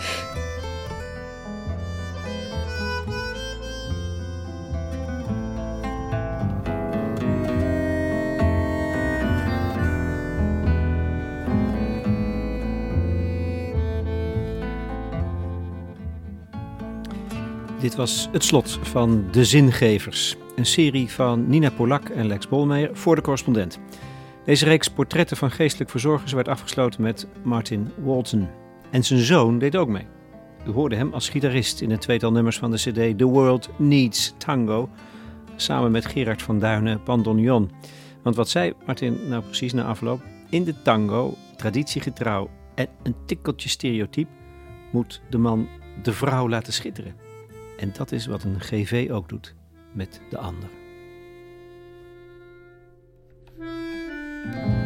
Dit was het slot van De Zingevers. Een serie van Nina Polak en Lex Bolmeijer voor De Correspondent. Deze reeks portretten van geestelijk verzorgers werd afgesloten met Martin Walton. En zijn zoon deed ook mee. U hoorde hem als gitarist in het tweetal nummers van de cd The World Needs Tango. Samen met Gerard van Duinen Bandoneon. Want wat zei Martin nou precies na afloop? In de tango, traditiegetrouw en een tikkeltje stereotyp, moet de man de vrouw laten schitteren. En dat is wat een G V ook doet met de ander. Dag.